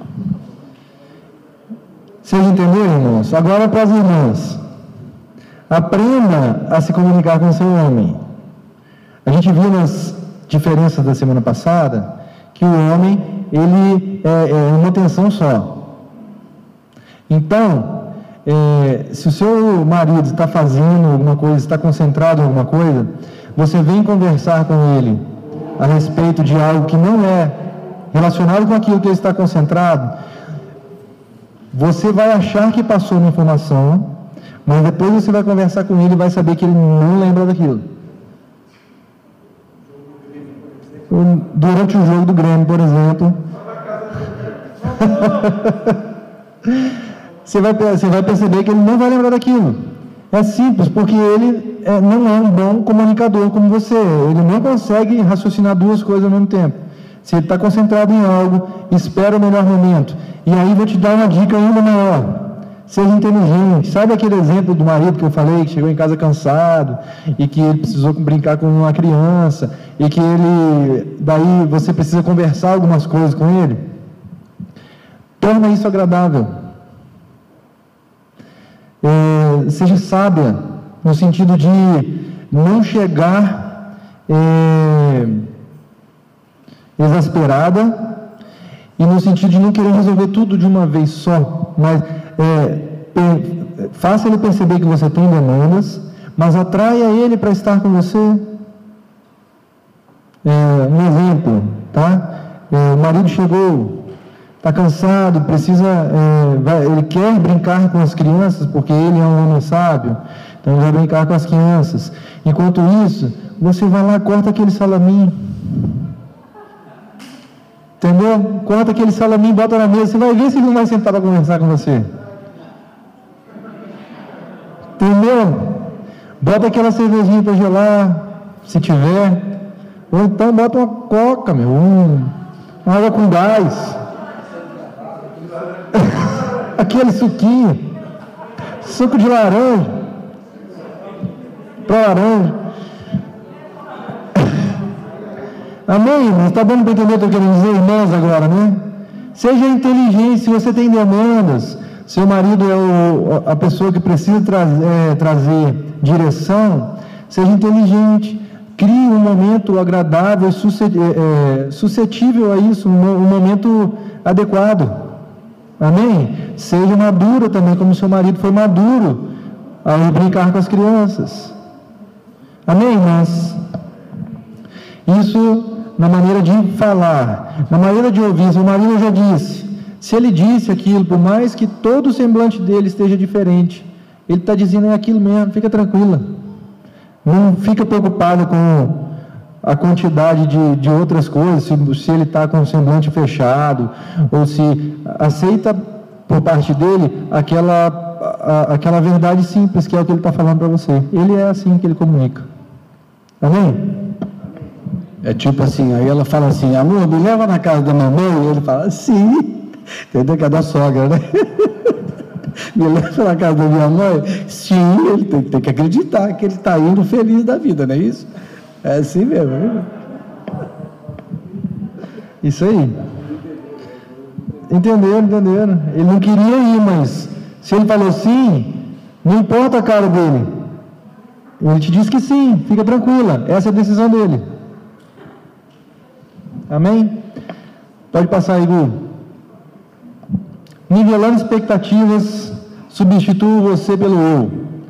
Vocês entenderam, irmãos? Agora para as irmãs. Aprenda a se comunicar com o seu homem. A gente viu nas diferenças da semana passada que o homem, ele é uma tensão só. Então, se o seu marido está fazendo alguma coisa, está concentrado em alguma coisa, você vem conversar com ele a respeito de algo que não é relacionado com aquilo que ele está concentrado, você vai achar que passou uma informação, mas depois você vai conversar com ele e vai saber que ele não lembra daquilo. Durante o jogo do Grêmio, por exemplo, você vai perceber que ele não vai lembrar daquilo. É simples, porque ele não é um bom comunicador como você. Ele não consegue raciocinar 2 coisas ao mesmo tempo. Se ele está concentrado em algo, espera o melhor momento. E aí vou te dar uma dica ainda maior. Seja inteligente. Sabe aquele exemplo do marido que eu falei, que chegou em casa cansado e que ele precisou brincar com uma criança e que daí você precisa conversar algumas coisas com ele? Torna isso agradável. Seja sábia, no sentido de não chegar exasperada e no sentido de não querer resolver tudo de uma vez só, mas faça ele perceber que você tem demandas, mas atraia ele para estar com você. Um exemplo, tá? O marido chegou, está cansado, ele quer brincar com as crianças, porque ele é um homem sábio, então ele vai brincar com as crianças. Enquanto isso, você vai lá, corta aquele salaminho. Entendeu? Corta aquele salaminho, bota na mesa, você vai ver se ele não vai sentar para conversar com você. Entendeu? Bota aquela cervejinha para gelar, se tiver. Ou então bota uma coca, uma água com gás. Aquele suquinho. Suco de laranja. Para laranja. Amém, irmãos? Está dando para entender o que eu quero dizer, irmãos, agora, né? Seja inteligente. Se você tem demandas, seu marido é a pessoa que precisa trazer direção, seja inteligente. Crie um momento agradável e suscetível a isso, um momento adequado. Amém? Seja madura também, como seu marido foi maduro ao brincar com as crianças. Amém, irmãs? Isso na maneira de falar, na maneira de ouvir. Seu marido já disse. Se ele disse aquilo, por mais que todo o semblante dele esteja diferente, ele está dizendo aquilo mesmo, fica tranquila. Não fica preocupado com a quantidade de outras coisas, se ele está com o semblante fechado, ou se aceita por parte dele aquela verdade simples, que é o que ele está falando para você. Ele é assim que ele comunica. Amém? É tipo assim, aí ela fala assim, amor, me leva na casa da mamãe, e ele fala, sim. Entendeu? Que é da sogra, né? Me leva na casa da minha mãe? Sim, ele tem que acreditar que ele está indo feliz da vida, não é isso? É assim mesmo, viu? Isso aí. Entenderam? Ele não queria ir, mas se ele falou sim, não importa a cara dele. Ele te diz que sim, fica tranquila, essa é a decisão dele. Amém? Pode passar aí, Gu. Nivelando expectativas, substituo você pelo eu.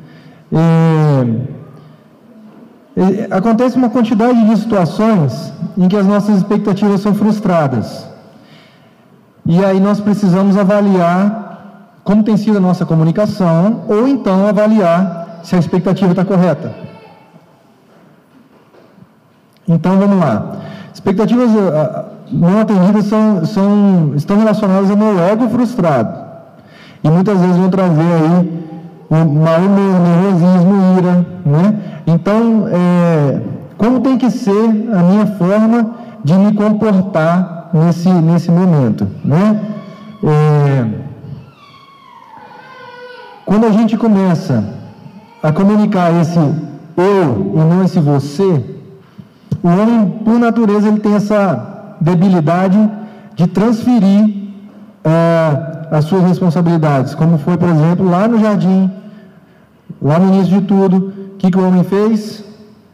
Acontece uma quantidade de situações em que as nossas expectativas são frustradas. E aí nós precisamos avaliar como tem sido a nossa comunicação, ou então avaliar se a expectativa está correta. Então vamos lá. Expectativas não atendidas estão relacionadas ao meu ego frustrado. E muitas vezes vão trazer aí mau humor, nervosismo, ira, né? Então, como tem que ser a minha forma de me comportar nesse momento, né? Quando a gente começa a comunicar esse eu e não esse você, o homem, por natureza, ele tem essa debilidade de transferir as suas responsabilidades, como foi, por exemplo, lá no jardim, lá no início de tudo. O que o homem fez?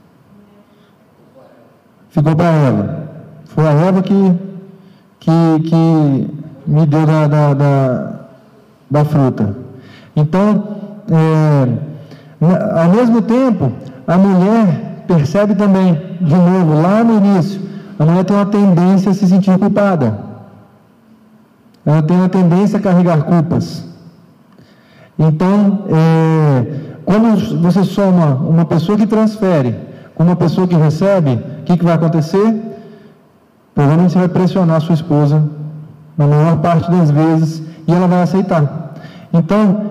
Ficou para Eva. Foi a Eva que me deu da fruta. Então, ao mesmo tempo, a mulher percebe também, de novo, lá no início, a mulher tem uma tendência a se sentir culpada. Ela tem uma tendência a carregar culpas. Então, quando você soma uma pessoa que transfere com uma pessoa que recebe, o que vai acontecer? Provavelmente você vai pressionar a sua esposa na maior parte das vezes e ela vai aceitar. Então,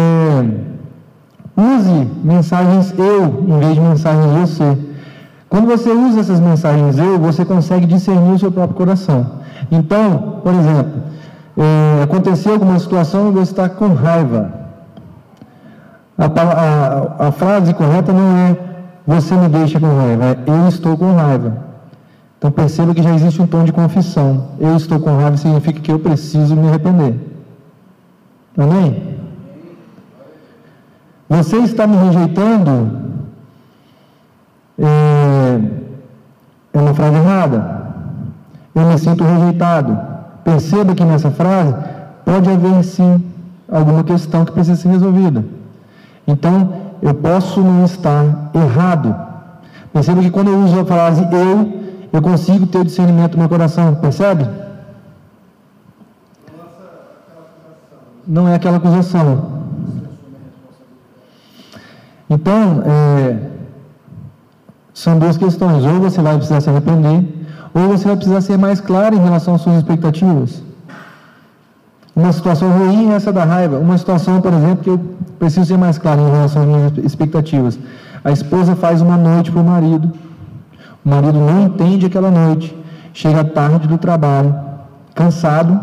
use mensagens eu em vez de mensagens você. Quando você usa essas mensagens eu, você consegue discernir o seu próprio coração. Então, por exemplo, aconteceu alguma situação e você está com raiva. A frase correta não é você me deixa com raiva, é eu estou com raiva. Então perceba que já existe um tom de confissão. Eu estou com raiva significa que eu preciso me arrepender. Amém? Você está me rejeitando é uma frase errada. Eu me sinto rejeitado. Perceba que nessa frase pode haver sim alguma questão que precisa ser resolvida. Então, eu posso não estar errado. Perceba que quando eu uso a frase eu consigo ter o discernimento no meu coração. Percebe? Não é aquela acusação. Então, são duas questões. Ou você vai precisar se arrepender, ou você vai precisar ser mais claro em relação às suas expectativas. Uma situação ruim é essa da raiva. Uma situação, por exemplo, que eu preciso ser mais claro em relação às minhas expectativas. A esposa faz uma noite para o marido não entende aquela noite, chega tarde do trabalho, cansado,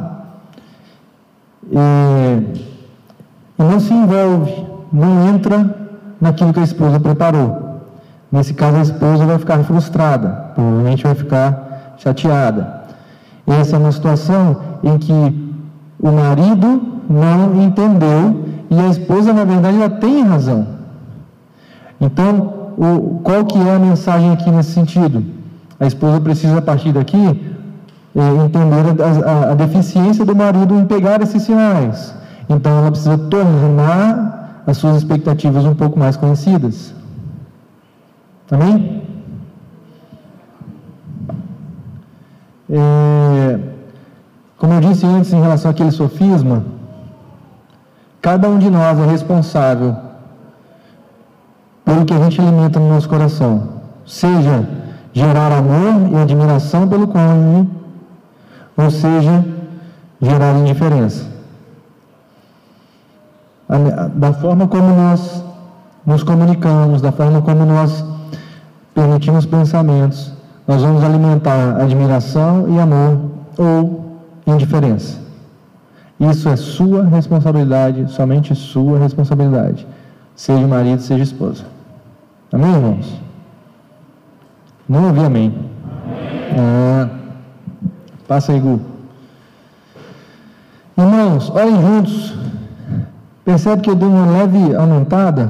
e não se envolve, não entra naquilo que a esposa preparou. Nesse caso, a esposa vai ficar frustrada, provavelmente vai ficar chateada. Essa é uma situação em que o marido não entendeu e a esposa, na verdade, ela tem razão. Então, qual que é a mensagem aqui nesse sentido? A esposa precisa, a partir daqui, entender a deficiência do marido em pegar esses sinais. Então, ela precisa tornar as suas expectativas um pouco mais conhecidas. Amém? Como eu disse antes em relação àquele sofisma, cada um de nós é responsável pelo que a gente alimenta no nosso coração, seja gerar amor e admiração pelo cônjuge, ou seja, gerar indiferença. Da forma como nós nos comunicamos, da forma como nós permitimos pensamentos, nós vamos alimentar admiração e amor ou indiferença. Isso é sua responsabilidade, somente sua responsabilidade, seja marido, seja esposa. Amém, irmãos? Não ouvi amém. Passa aí, Gu. Irmãos, olhem juntos. Percebe que eu dei uma leve aumentada?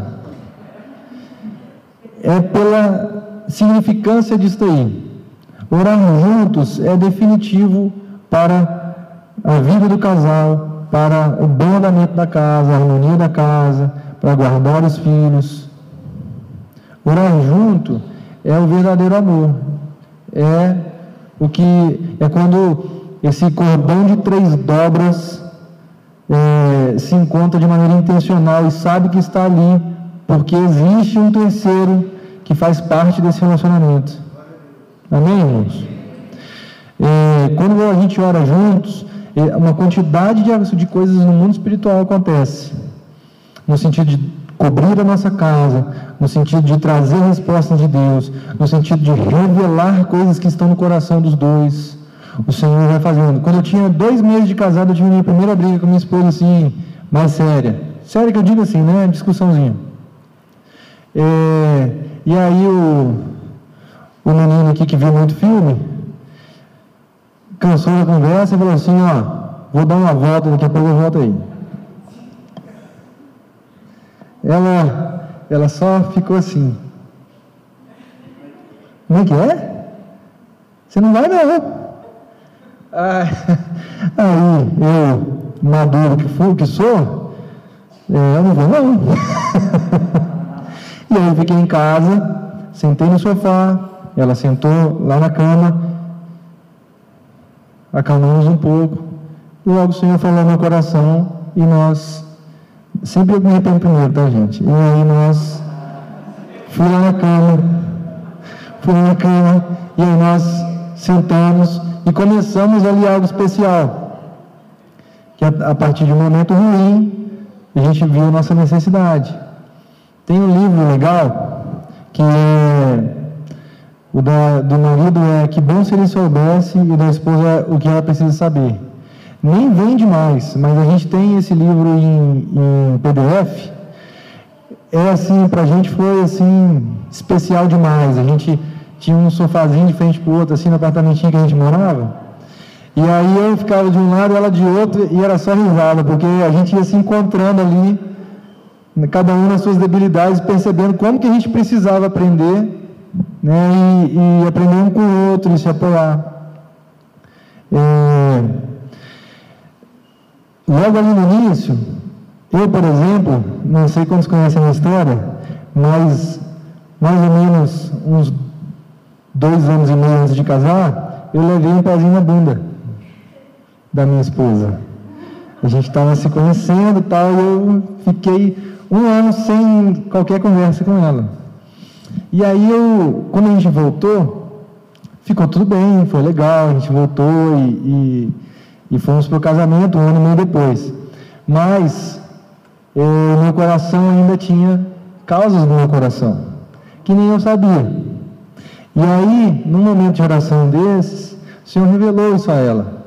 É pela significância disso aí. Orar juntos é definitivo para a vida do casal, para o bom andamento da casa, a harmonia da casa, para guardar os filhos. Orar junto é o verdadeiro amor. É quando esse cordão de 3 dobras se encontra de maneira intencional e sabe que está ali, porque existe um terceiro que faz parte desse relacionamento. Amém, irmãos? Quando a gente ora juntos, uma quantidade de coisas no mundo espiritual acontece, no sentido de cobrir a nossa casa, no sentido de trazer respostas de Deus, no sentido de revelar coisas que estão no coração dos dois. O Senhor vai fazendo. Quando eu tinha 2 meses de casado, eu tive minha primeira briga com minha esposa, assim, mais séria. Séria que eu digo assim, né? Discussãozinha. E aí o menino aqui que viu muito filme, cansou da conversa e falou assim, vou dar uma volta, daqui a pouco eu volto aí. Ela só ficou assim. Como é que é? Você não vai não. Aí eu, maduro que sou, eu não vou não. E aí eu fiquei em casa, sentei no sofá, ela sentou lá na cama, acalmamos um pouco, e logo o Senhor falou no meu coração, e nós, sempre eu me arrependo primeiro, tá gente? E aí nós, fui lá na cama, e aí nós sentamos, e começamos ali algo especial, que a partir de um momento ruim, a gente viu nossa necessidade. Tem um livro legal, que o do marido Que Bom Se Ele Soubesse, e da esposa O Que Ela Precisa Saber. Nem vende mais, mas a gente tem esse livro em PDF. Assim, pra gente foi assim, especial demais. A gente tinha um sofazinho de frente pro outro, assim, no apartamentinho que a gente morava. E aí eu ficava de um lado, ela de outro, e era só risada, porque a gente ia se encontrando ali, cada um nas suas debilidades, percebendo como que a gente precisava aprender, né, e aprender um com o outro, e se apoiar. Logo ali no início, eu, por exemplo, não sei quantos conhecem a minha história, mas mais ou menos uns 2 anos e meio antes de casar, eu levei um pezinho na bunda da minha esposa. A gente estava se conhecendo e tal, e eu fiquei 1 ano sem qualquer conversa com ela. E aí quando a gente voltou, ficou tudo bem, foi legal, a gente voltou e fomos para o casamento 1 ano e meio depois. Mas meu coração ainda tinha causas no meu coração, que nem eu sabia. E aí, num momento de oração desses, o Senhor revelou isso a ela.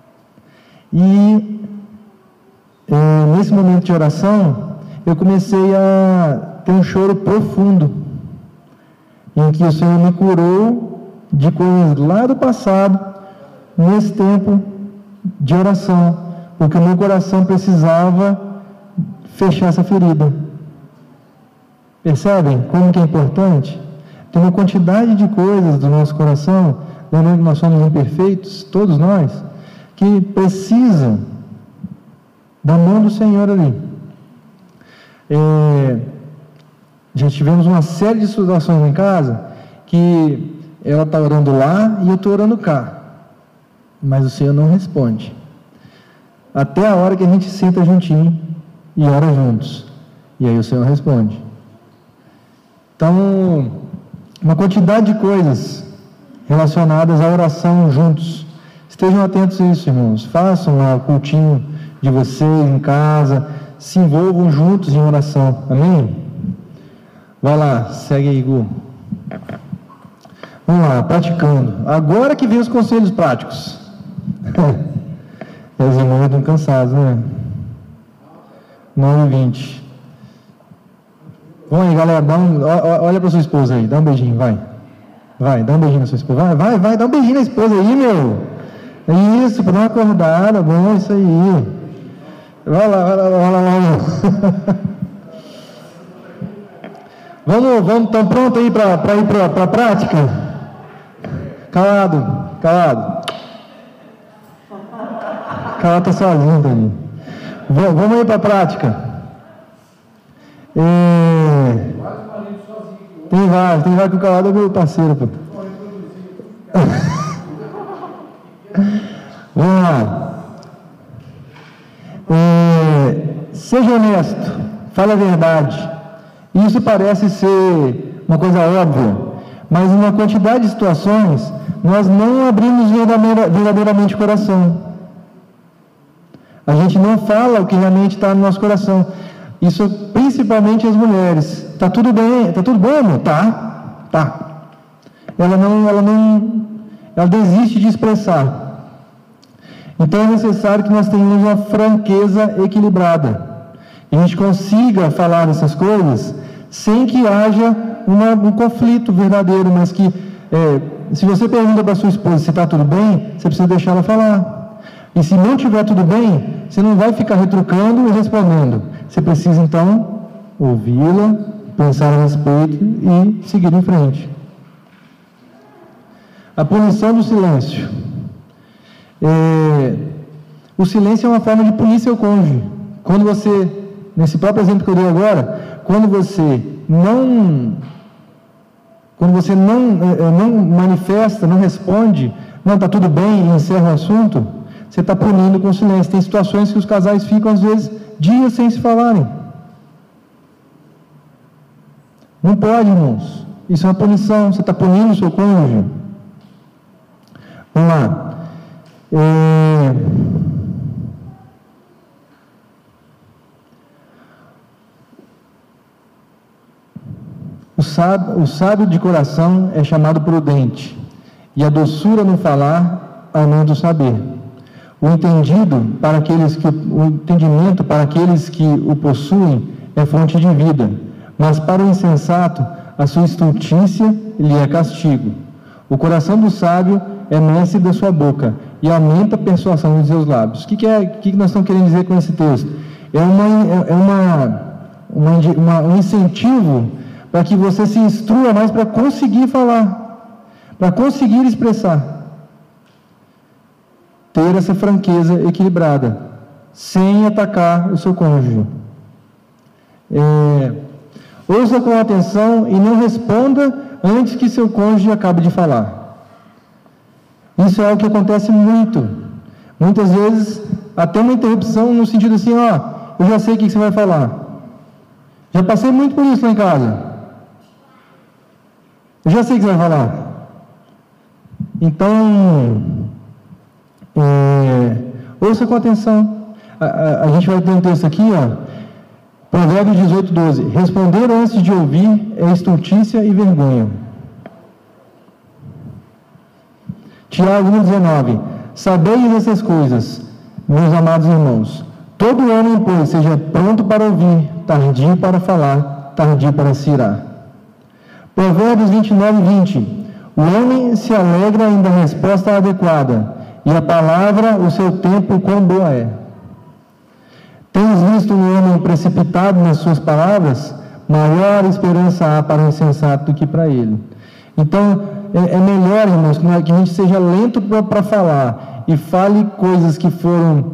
E nesse momento de oração, eu comecei a ter um choro profundo, em que o Senhor me curou de coisas lá do passado, nesse tempo de oração, porque o meu coração precisava fechar essa ferida. Percebem como que é importante? Tem uma quantidade de coisas do nosso coração, lembrando que nós somos imperfeitos, todos nós, que precisam da mão do Senhor ali. Já tivemos uma série de situações em casa, que ela está orando lá e eu estou orando cá, mas o Senhor não responde, até a hora que a gente senta juntinho e ora juntos, e aí o Senhor responde. Então, uma quantidade de coisas relacionadas à oração juntos. Estejam atentos a isso, irmãos. Façam o cultinho de vocês em casa, se envolvam juntos em oração. Amém? Vai lá, segue aí, Gu. Vamos lá, praticando. Agora que vem os conselhos práticos. Os irmãos estão cansados, né? 9h20. Vamos aí, galera, olha para sua esposa aí, dá um beijinho, vai. Vai, dá um beijinho na sua esposa. Vai, dá um beijinho na esposa aí, meu. É isso, para dar uma acordada, bom, isso aí. Vai lá. Vamos, estão prontos aí para ir para a prática? Calado. Calado tá sozinho, Dani. Vamos aí para a prática. Tem vários que o calado é meu parceiro, pô. Vamos lá. Seja honesto, fale a verdade. Isso parece ser uma coisa óbvia, mas em uma quantidade de situações, nós não abrimos verdadeiramente o coração. A gente não fala o que realmente está no nosso coração. Isso principalmente as mulheres. Tá tudo bem? Tá tudo bom, amor? Tá. Ela desiste de expressar. Então é necessário que nós tenhamos uma franqueza equilibrada. E a gente consiga falar essas coisas sem que haja um conflito verdadeiro, mas que se você pergunta para sua esposa se está tudo bem, você precisa deixar ela falar. E se não estiver tudo bem, você não vai ficar retrucando e respondendo. Você precisa, então, ouvi-la, pensar a respeito e seguir em frente. A punição do silêncio. O silêncio é uma forma de punir seu cônjuge. Quando você, nesse próprio exemplo que eu dei agora, quando você não manifesta, não responde, não, está tudo bem, e encerra o assunto, você está punindo com silêncio. Tem situações que os casais ficam, às vezes, dias sem se falarem. Não pode, irmãos. Isso é uma punição. Você está punindo o seu cônjuge. Vamos lá. O sábio de coração é chamado prudente, e a doçura no falar aumenta o saber. O entendimento para aqueles que o possuem é fonte de vida, mas para o insensato a sua estultícia lhe é castigo. O coração do sábio é mestre da sua boca e aumenta a persuasão dos seus lábios. O que nós estamos querendo dizer com esse texto? É um incentivo para que você se instrua mais para conseguir falar, para conseguir expressar. Ter essa franqueza equilibrada, sem atacar o seu cônjuge. Ouça com atenção e não responda antes que seu cônjuge acabe de falar. Isso é algo que acontece muito. Muitas vezes, até uma interrupção no sentido assim, eu já sei o que você vai falar. Já passei muito por isso lá em casa. Eu já sei o que você vai falar. Então, ouça com atenção. A gente vai ter um texto aqui, Provérbios 18:12. Responder antes de ouvir é estultícia e vergonha. Tiago 1:19. Sabeis essas coisas, meus amados irmãos. Todo homem, pois, seja pronto para ouvir, tardio para falar, tardio para se irar. Provérbios 29:20. O homem se alegra em dar resposta adequada, e a palavra, o seu tempo, quão boa é. Tens visto um homem precipitado nas suas palavras? Maior esperança há para o insensato do que para ele. Então, é melhor, irmãos, que a gente seja lento para falar e fale coisas que foram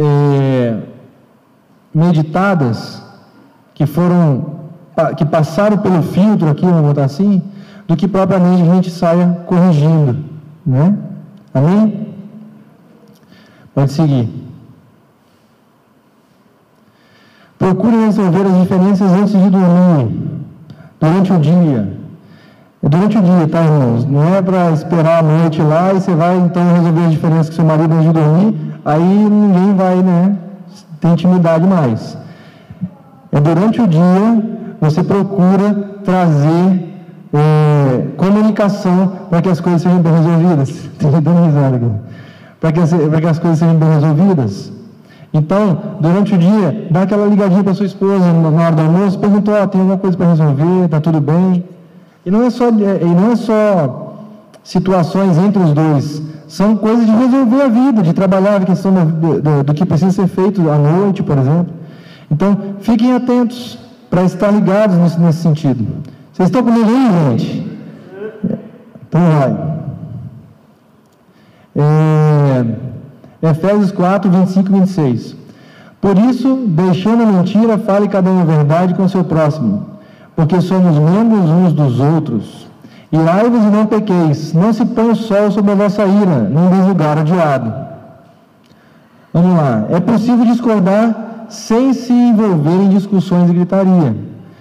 meditadas, que passaram pelo filtro aqui, vamos botar assim, do que propriamente a gente saia corrigindo, né? Amém? Pode seguir. Procure resolver as diferenças antes de dormir, durante o dia. É durante o dia, tá, irmãos? Não é para esperar a noite lá e você vai, então, resolver as diferenças com seu marido antes de dormir, aí ninguém vai, né, ter intimidade mais. É durante o dia, você procura trazer comunicação para que as coisas sejam bem resolvidas. Estou dando risada aqui. Para que as coisas sejam bem resolvidas. Então, durante o dia, dá aquela ligadinha para sua esposa na hora do almoço, perguntou, tem alguma coisa para resolver, está tudo bem? E não é só situações entre os dois, são coisas de resolver a vida, de trabalhar a questão do que precisa ser feito à noite, por exemplo. Então, fiquem atentos para estar ligados nesse sentido. Vocês estão comigo aí, gente? Então vai. Efésios 4, 25 e 26. Por isso, deixando a mentira, fale cada um a verdade com o seu próximo, porque somos membros uns dos outros. Irai-vos e não pequeis, não se põe o sol sobre a vossa ira, não deis lugar ao diabo. Vamos lá, é possível discordar sem se envolver em discussões e gritaria.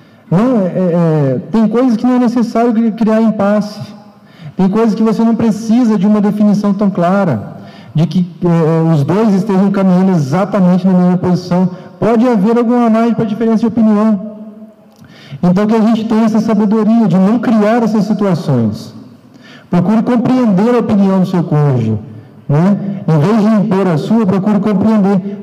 Tem coisas que não é necessário criar impasse, tem coisas que você não precisa de uma definição tão clara, de que os dois estejam caminhando exatamente na mesma posição. Pode haver alguma margem para diferença de opinião. Então, que a gente tenha essa sabedoria de não criar essas situações. Procure compreender a opinião do seu cônjuge, né? Em vez de impor a sua, procure compreender.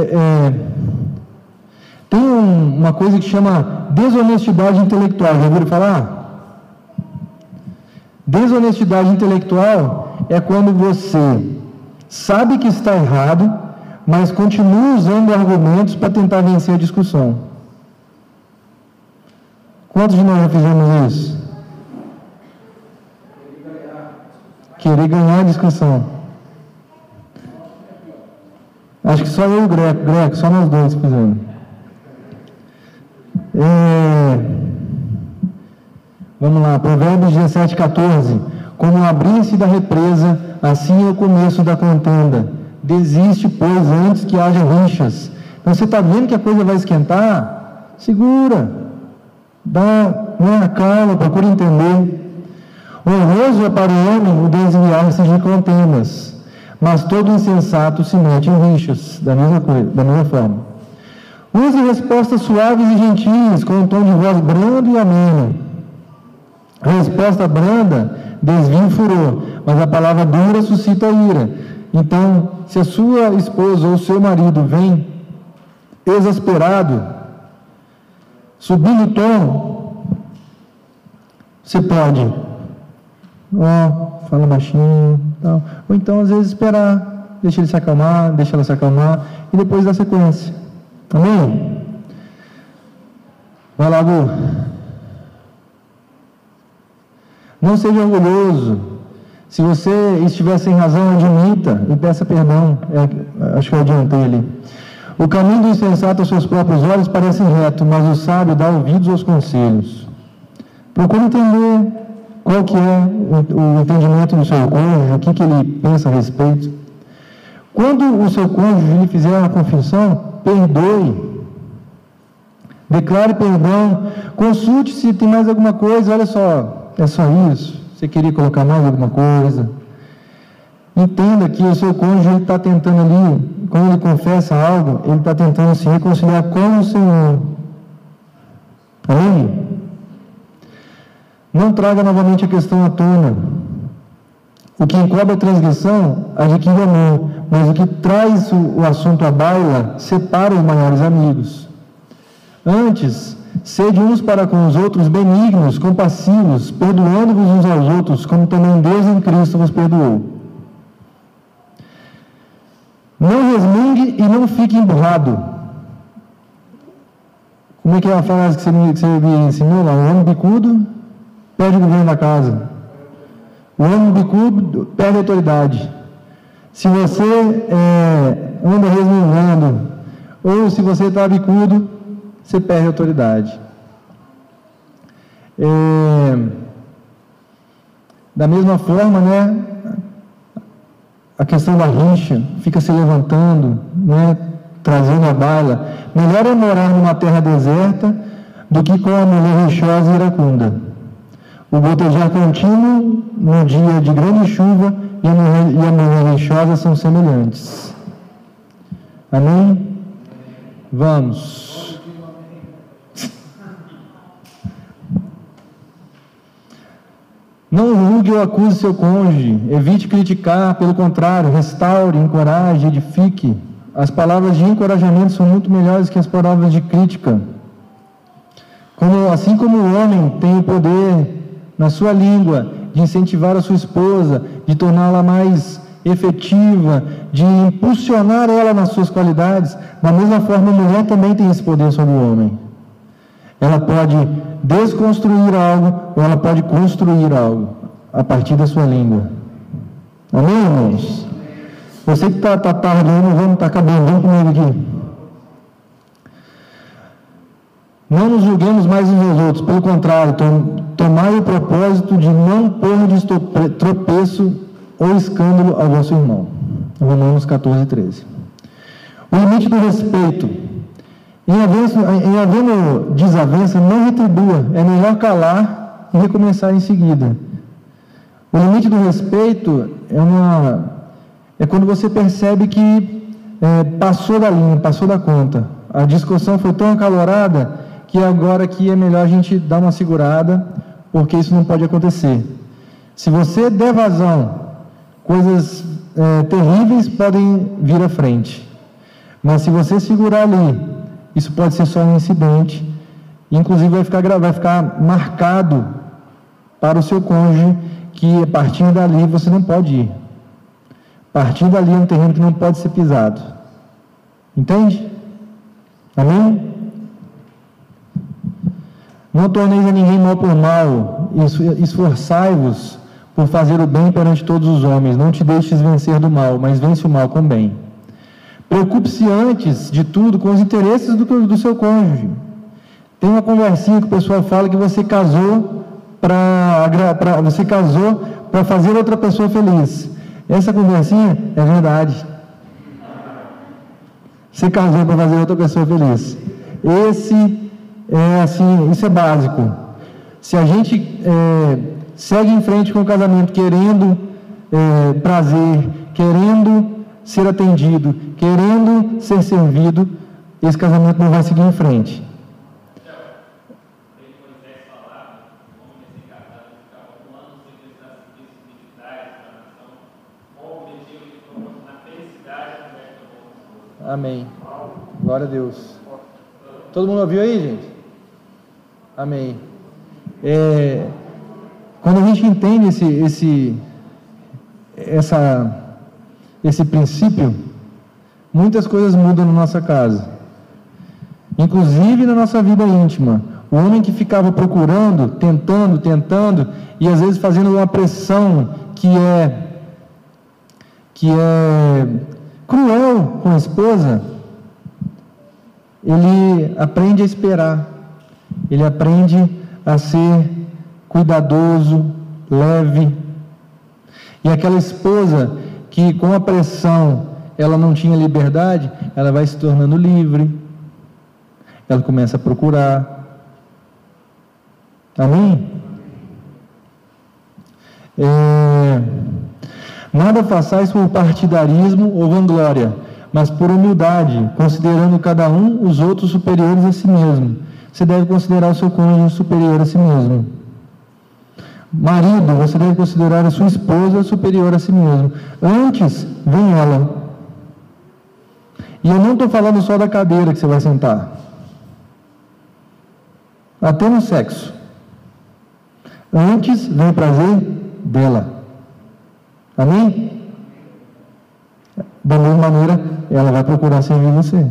Tem uma coisa que chama desonestidade intelectual. Já ouviram falar? Desonestidade intelectual é quando você sabe que está errado, mas continua usando argumentos para tentar vencer a discussão. Quantos de nós já fizemos isso? Querer ganhar a discussão. Acho que só eu e o Greco, só nós dois fizemos. Vamos lá, Provérbios 17:14. Como abrir-se da represa, assim é o começo da contenda. Desiste, pois, antes que haja rixas. Então, você está vendo que a coisa vai esquentar? Segura. Calma, procura entender. Honroso é para o homem o desviar-se de contendas, mas todo insensato se mete em rixas, da mesma forma. Use respostas suaves e gentis, com um tom de voz brando e ameno. A resposta branda desvia o furor, mas a palavra dura suscita a ira. Então, se a sua esposa ou seu marido vem exasperado, subindo o tom, você pode, fala baixinho, tal. Ou então às vezes esperar, deixa ele se acalmar, deixa ela se acalmar, e depois dá sequência. Amém? Vai lá, Gu. Não seja orgulhoso. Se você estiver sem razão, admita e peça perdão. Acho que eu adiantei ali. O caminho do insensato aos seus próprios olhos parece reto, mas o sábio dá ouvidos aos conselhos. Procure entender qual que é o entendimento do seu cônjuge, o que ele pensa a respeito. Quando o seu cônjuge lhe fizer uma confissão, perdoe. Declare perdão. Consulte se tem mais alguma coisa. Olha só, é só isso? Você queria colocar mais alguma coisa? Entenda que o seu cônjuge está tentando ali, quando ele confessa algo, ele está tentando se reconciliar com o Senhor. Amém? Não traga novamente a questão à tona. O que encobre a transgressão adquire amor, mas o que traz o assunto à baila separa os maiores amigos. Antes, sede uns para com os outros benignos, compassivos, perdoando-vos uns aos outros, como também Deus em Cristo vos perdoou. Não resmungue e não fique emburrado. Como é que é a frase que você me ensinou lá? O homem bicudo perde o governo da casa. O homem bicudo perde a autoridade. Se você anda resmungando, ou se você está bicudo, você perde a autoridade. Da mesma forma, né? A questão da rixa fica se levantando, né, trazendo a baila. Melhor é morar numa terra deserta do que com a mulher rixosa e iracunda. O gotejar contínuo no dia de grande chuva e a mulher rixosa são semelhantes. Amém? Vamos. Não julgue ou acuse seu cônjuge, evite criticar, pelo contrário, restaure, encoraje, edifique. As palavras de encorajamento são muito melhores que as palavras de crítica. Assim como o homem tem o poder na sua língua de incentivar a sua esposa, de torná-la mais efetiva, de impulsionar ela nas suas qualidades, da mesma forma a mulher também tem esse poder sobre o homem. Ela pode desconstruir algo ou ela pode construir algo a partir da sua língua. Amém, irmãos? Você que está tarde, não vamos estar acabando, vem comigo aqui. Não nos julguemos mais uns aos outros, pelo contrário, tomai o propósito de não pôr de tropeço ou escândalo ao vosso irmão. Romanos 14, 13. O limite do respeito. Em havendo desavença, não retribua, é melhor calar e recomeçar em seguida. O limite do respeito é quando você percebe que passou da linha, passou da conta. A discussão foi tão acalorada que agora aqui é melhor a gente dar uma segurada, porque isso não pode acontecer. Se você der vazão, coisas terríveis podem vir à frente. Mas se você segurar ali, isso pode ser só um incidente, inclusive vai ficar marcado para o seu cônjuge que a partir dali você não pode ir. A partir dali é um terreno que não pode ser pisado. Entende? Amém? Não torneis a ninguém mal por mal, esforçai-vos por fazer o bem perante todos os homens, não te deixes vencer do mal, mas vence o mal com o bem. Preocupe-se antes de tudo com os interesses do seu cônjuge. Tem uma conversinha que o pessoal fala que você casou para fazer outra pessoa feliz. Essa conversinha é verdade. Você casou para fazer outra pessoa feliz. Isso é básico. Se a gente segue em frente com o casamento querendo prazer, querendo ser atendido, querendo ser servido, esse casamento não vai seguir em frente. Amém. Glória a Deus. Todo mundo ouviu aí, gente? Amém. Quando a gente entende esse princípio, muitas coisas mudam na nossa casa, inclusive na nossa vida íntima. O homem que ficava procurando, tentando, e às vezes fazendo uma pressão que é cruel com a esposa, ele aprende a esperar, ele aprende a ser cuidadoso, leve. E aquela esposa que com a pressão ela não tinha liberdade, ela vai se tornando livre, ela começa a procurar. Amém? Nada façais por partidarismo ou vanglória, mas por humildade, considerando cada um os outros superiores a si mesmo. Você deve considerar o seu cônjuge superior a si mesmo. Marido, você deve considerar a sua esposa superior a si mesmo. Antes, vem ela. E eu não estou falando só da cadeira que você vai sentar. Até no sexo. Antes, vem o prazer dela. Amém? Da mesma maneira, ela vai procurar servir você.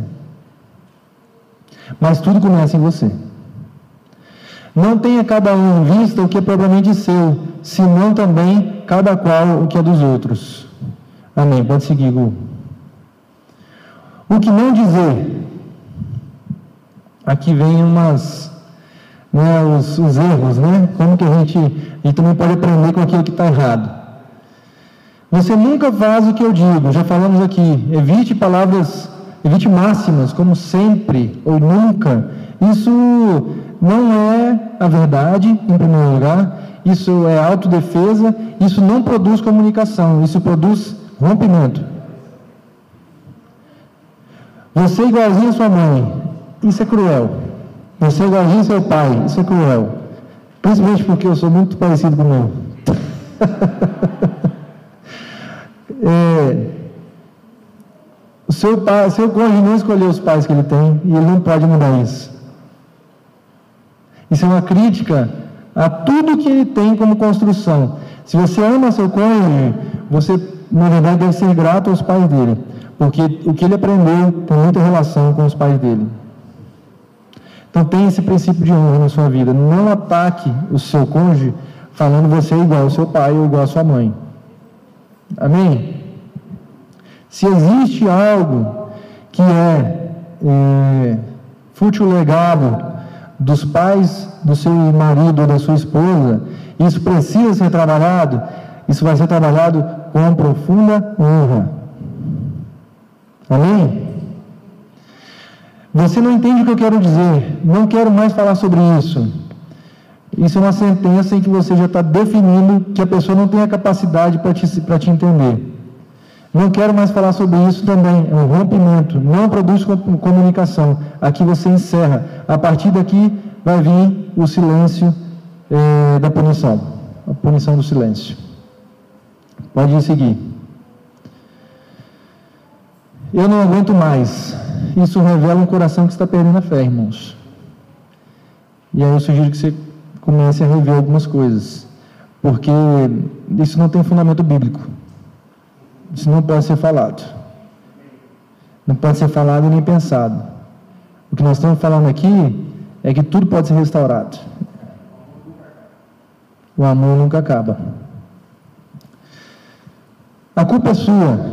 Mas tudo começa em você. Não tenha cada um em vista o que é propriamente seu, senão também cada qual o que é dos outros. Amém. Pode seguir, Gu. O que não dizer? Aqui vem os erros, né? Como que a gente também pode aprender com aquilo que está errado. Você nunca faz o que eu digo, já falamos aqui. Evite máximas, como sempre ou nunca. Isso não é a verdade, em primeiro lugar. Isso é autodefesa. Isso não produz comunicação, isso produz rompimento. Você é igualzinho a sua mãe, isso é cruel. Você é igualzinho ao seu pai, isso é cruel. Principalmente porque eu sou muito parecido com o meu. O seu cônjuge não escolheu os pais que ele tem e ele não pode mudar isso. Isso é uma crítica a tudo que ele tem como construção. Se você ama seu cônjuge, você, na verdade, deve ser grato aos pais dele, porque o que ele aprendeu tem muita relação com os pais dele. Então, tem esse princípio de honra na sua vida. Não ataque o seu cônjuge falando você é igual ao seu pai ou igual à sua mãe. Amém? Se existe algo que é fútil legado dos pais do seu marido ou da sua esposa, isso precisa ser trabalhado, isso vai ser trabalhado com profunda honra. Amém? Você não entende o que eu quero dizer, não quero mais falar sobre isso. Isso é uma sentença em que você já está definindo que a pessoa não tem a capacidade para te entender. Não quero mais falar sobre isso também, é um rompimento, não produz comunicação. Aqui você encerra. A partir daqui vai vir o silêncio da punição, a punição do silêncio. Pode seguir. Eu não aguento mais. Isso revela um coração que está perdendo a fé, irmãos. E aí eu sugiro que você comece a rever algumas coisas, porque isso não tem fundamento bíblico. Isso não pode ser falado. Não pode ser falado nem pensado. O que nós estamos falando aqui é que tudo pode ser restaurado. O amor nunca acaba. A culpa é sua.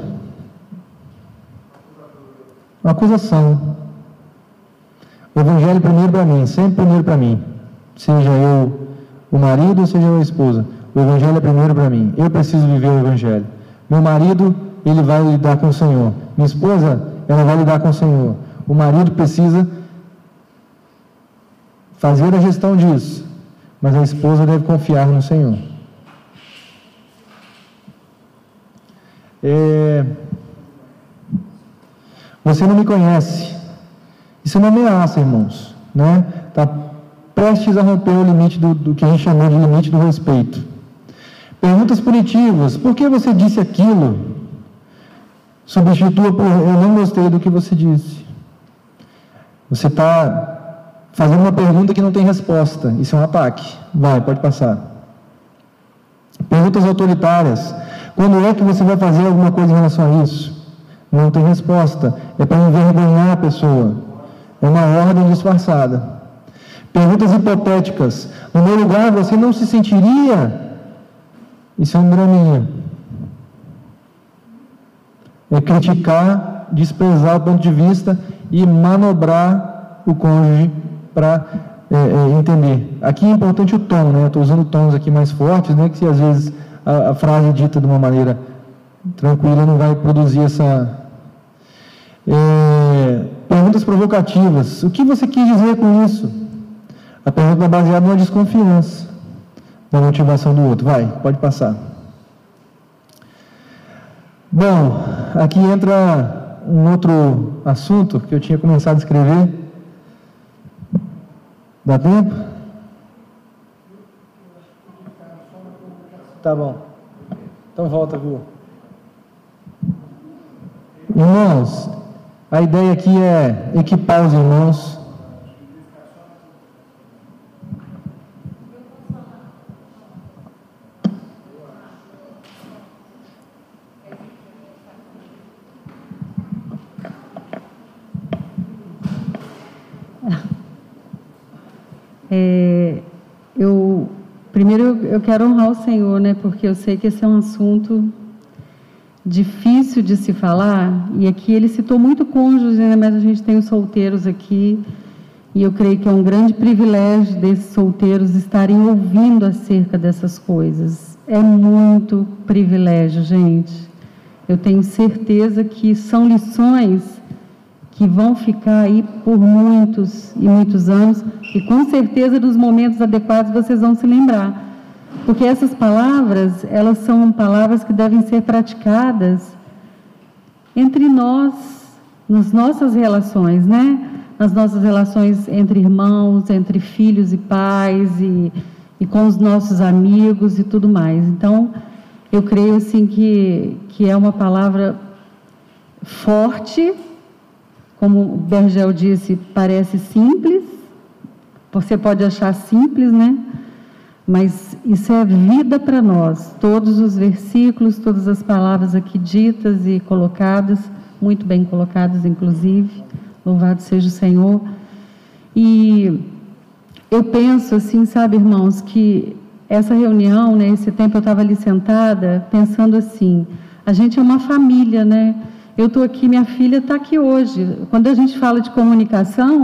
Uma acusação. O evangelho primeiro para mim, sempre primeiro para mim. Seja eu o marido, seja eu a esposa. O evangelho é primeiro para mim. Eu preciso viver o evangelho. Meu marido, ele vai lidar com o Senhor. Minha esposa, ela vai lidar com o Senhor. O marido precisa fazer a gestão disso, mas a esposa deve confiar no Senhor. Você não me conhece. Isso é uma ameaça, irmãos, né? Está prestes a romper o limite do que a gente chamou de limite do respeito. Perguntas punitivas. Por que você disse aquilo? Substitua por eu não gostei do que você disse. Você está fazendo uma pergunta que não tem resposta. Isso é um ataque. Vai, pode passar. Perguntas autoritárias. Quando é que você vai fazer alguma coisa em relação a isso? Não tem resposta. É para envergonhar a pessoa. É uma ordem disfarçada. Perguntas hipotéticas. No meu lugar, você não se sentiria? Isso é um draminha. É criticar, desprezar o ponto de vista e manobrar o cônjuge para entender. Aqui é importante o tom, né? Eu estou usando tons aqui mais fortes, né? Que às vezes a frase dita de uma maneira tranquila não vai produzir essa... perguntas provocativas. O que você quis dizer com isso? A pergunta é baseada numa desconfiança da motivação do outro. Vai, pode passar. Bom, aqui entra um outro assunto que eu tinha começado a escrever. Dá tempo? Tá bom. Então volta, viu? Irmãos, a ideia aqui é equipar os irmãos. Primeiro eu quero honrar o Senhor, né? Porque eu sei que esse é um assunto difícil de se falar, e aqui ele citou muito cônjuge, né? Mas a gente tem os solteiros aqui, e eu creio que é um grande privilégio desses solteiros estarem ouvindo acerca dessas coisas. É muito privilégio, gente. Eu tenho certeza que são lições que vão ficar aí por muitos e muitos anos, e com certeza dos momentos adequados vocês vão se lembrar. Porque essas palavras, elas são palavras que devem ser praticadas entre nós, nas nossas relações, né? Nas nossas relações entre irmãos, entre filhos e pais, e com os nossos amigos e tudo mais. Então, eu creio assim que é uma palavra forte. Como o Bergel disse, parece simples, você pode achar simples, né? Mas isso é vida para nós. Todos os versículos, todas as palavras aqui ditas e colocadas, muito bem colocadas, inclusive. Louvado seja o Senhor. E eu penso assim, sabe, irmãos, que essa reunião, né, esse tempo eu estava ali sentada, pensando assim, a gente é uma família, né? Eu estou aqui, minha filha está aqui hoje. Quando a gente fala de comunicação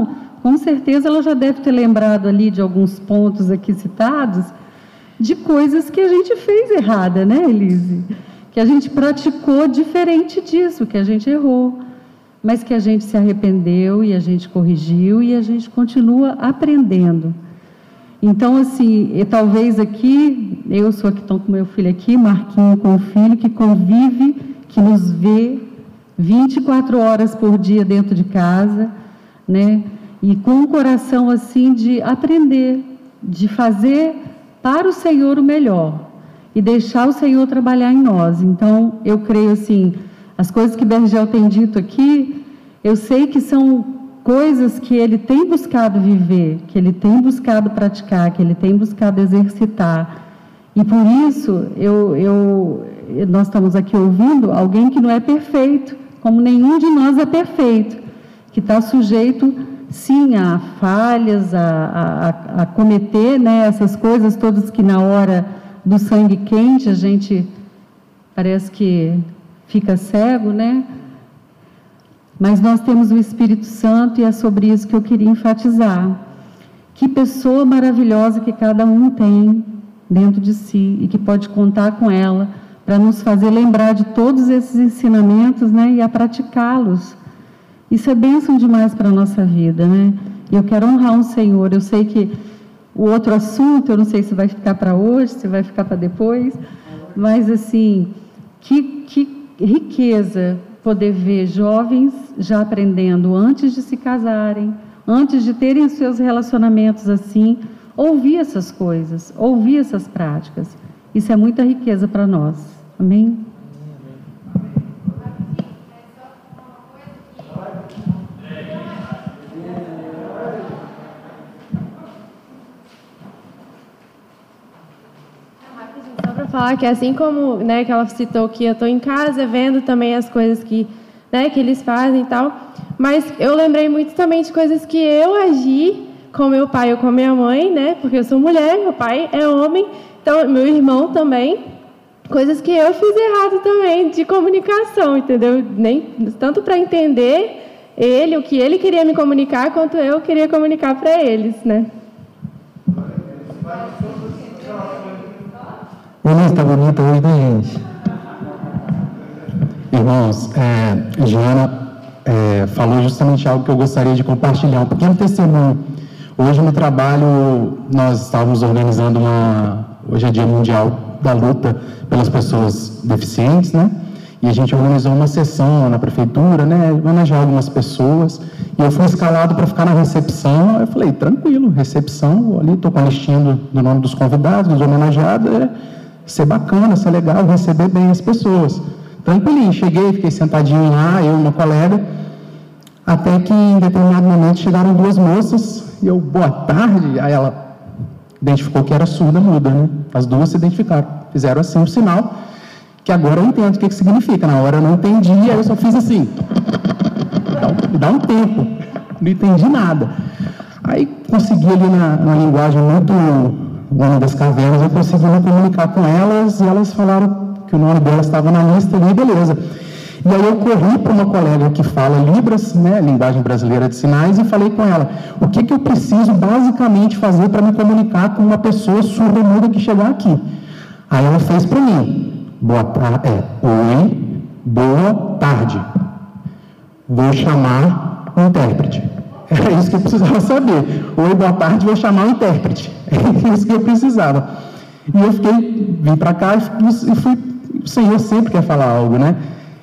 com certeza ela já deve ter lembrado ali de alguns pontos aqui citados, de coisas que a gente fez errada, né, Elise? Que a gente praticou diferente disso, que a gente errou, mas que a gente se arrependeu e a gente corrigiu e a gente continua aprendendo. Então, assim, talvez aqui, eu sou aqui, estou com meu filho aqui, Marquinho com o filho, que convive, que nos vê 24 horas por dia dentro de casa, né? E com um coração, assim, de aprender, de fazer para o Senhor o melhor e deixar o Senhor trabalhar em nós. Então, eu creio, assim, as coisas que Bergel tem dito aqui, eu sei que são coisas que ele tem buscado viver, que ele tem buscado praticar, que ele tem buscado exercitar. E por isso, nós estamos aqui ouvindo alguém que não é perfeito, como nenhum de nós é perfeito, que está sujeito, sim, a falhas, a cometer, né, essas coisas todas que na hora do sangue quente a gente parece que fica cego, né? Mas nós temos o Espírito Santo e é sobre isso que eu queria enfatizar. Que pessoa maravilhosa que cada um tem dentro de si e que pode contar com ela para nos fazer lembrar de todos esses ensinamentos, né, e a praticá-los. Isso é bênção demais para a nossa vida, né? E eu quero honrar um Senhor. Eu sei que o outro assunto, eu não sei se vai ficar para hoje, se vai ficar para depois, mas, assim, que riqueza poder ver jovens já aprendendo antes de se casarem, antes de terem os seus relacionamentos assim, ouvir essas coisas, ouvir essas práticas. Isso é muita riqueza para nós. Amém? Só para falar que assim como, né, que ela citou que eu estou em casa vendo também as coisas que, né, que eles fazem e tal, mas eu lembrei muito também de coisas que eu agi com meu pai ou com minha mãe, né, porque eu sou mulher, meu pai é homem, então meu irmão também, coisas que eu fiz errado também de comunicação, entendeu? Nem tanto para entender ele, o que ele queria me comunicar, quanto eu queria comunicar para eles, né? Elise está bonita hoje, né, gente? Irmãos, Joana falou justamente algo que eu gostaria de compartilhar, um pequeno testemunho. Hoje no trabalho nós estávamos organizando hoje é Dia Mundial da Luta pelas Pessoas Deficientes, né? E a gente organizou uma sessão na prefeitura, né? Homenagear algumas pessoas. E eu fui escalado para ficar na recepção. Eu falei, tranquilo, recepção, ali estou com a listinha do nome dos convidados, dos homenageados, ser bacana, ser legal, receber bem as pessoas. Tranquilinho, cheguei, fiquei sentadinho lá, eu e uma colega, até que em determinado momento chegaram duas moças, e eu, boa tarde, aí ela identificou que era surda muda, né? As duas se identificaram, fizeram assim um sinal, que agora eu entendo o que significa, na hora eu não entendi, aí eu só fiz assim, me dá um tempo, não entendi nada. Aí consegui ali na linguagem muito Homem das Cavernas, eu consegui me comunicar com elas, e elas falaram que o nome delas estava na lista ali, beleza. E aí eu corri para uma colega que fala Libras, né, linguagem brasileira de sinais, e falei com ela, o que eu preciso basicamente fazer para me comunicar com uma pessoa surda-muda que chegar aqui? Aí ela fez para mim, oi, boa tarde, vou chamar o intérprete. Era isso que eu precisava saber. Oi, boa tarde, vou chamar o intérprete. É isso que eu precisava. E eu vim para cá e fui, o Senhor sempre quer falar algo, né?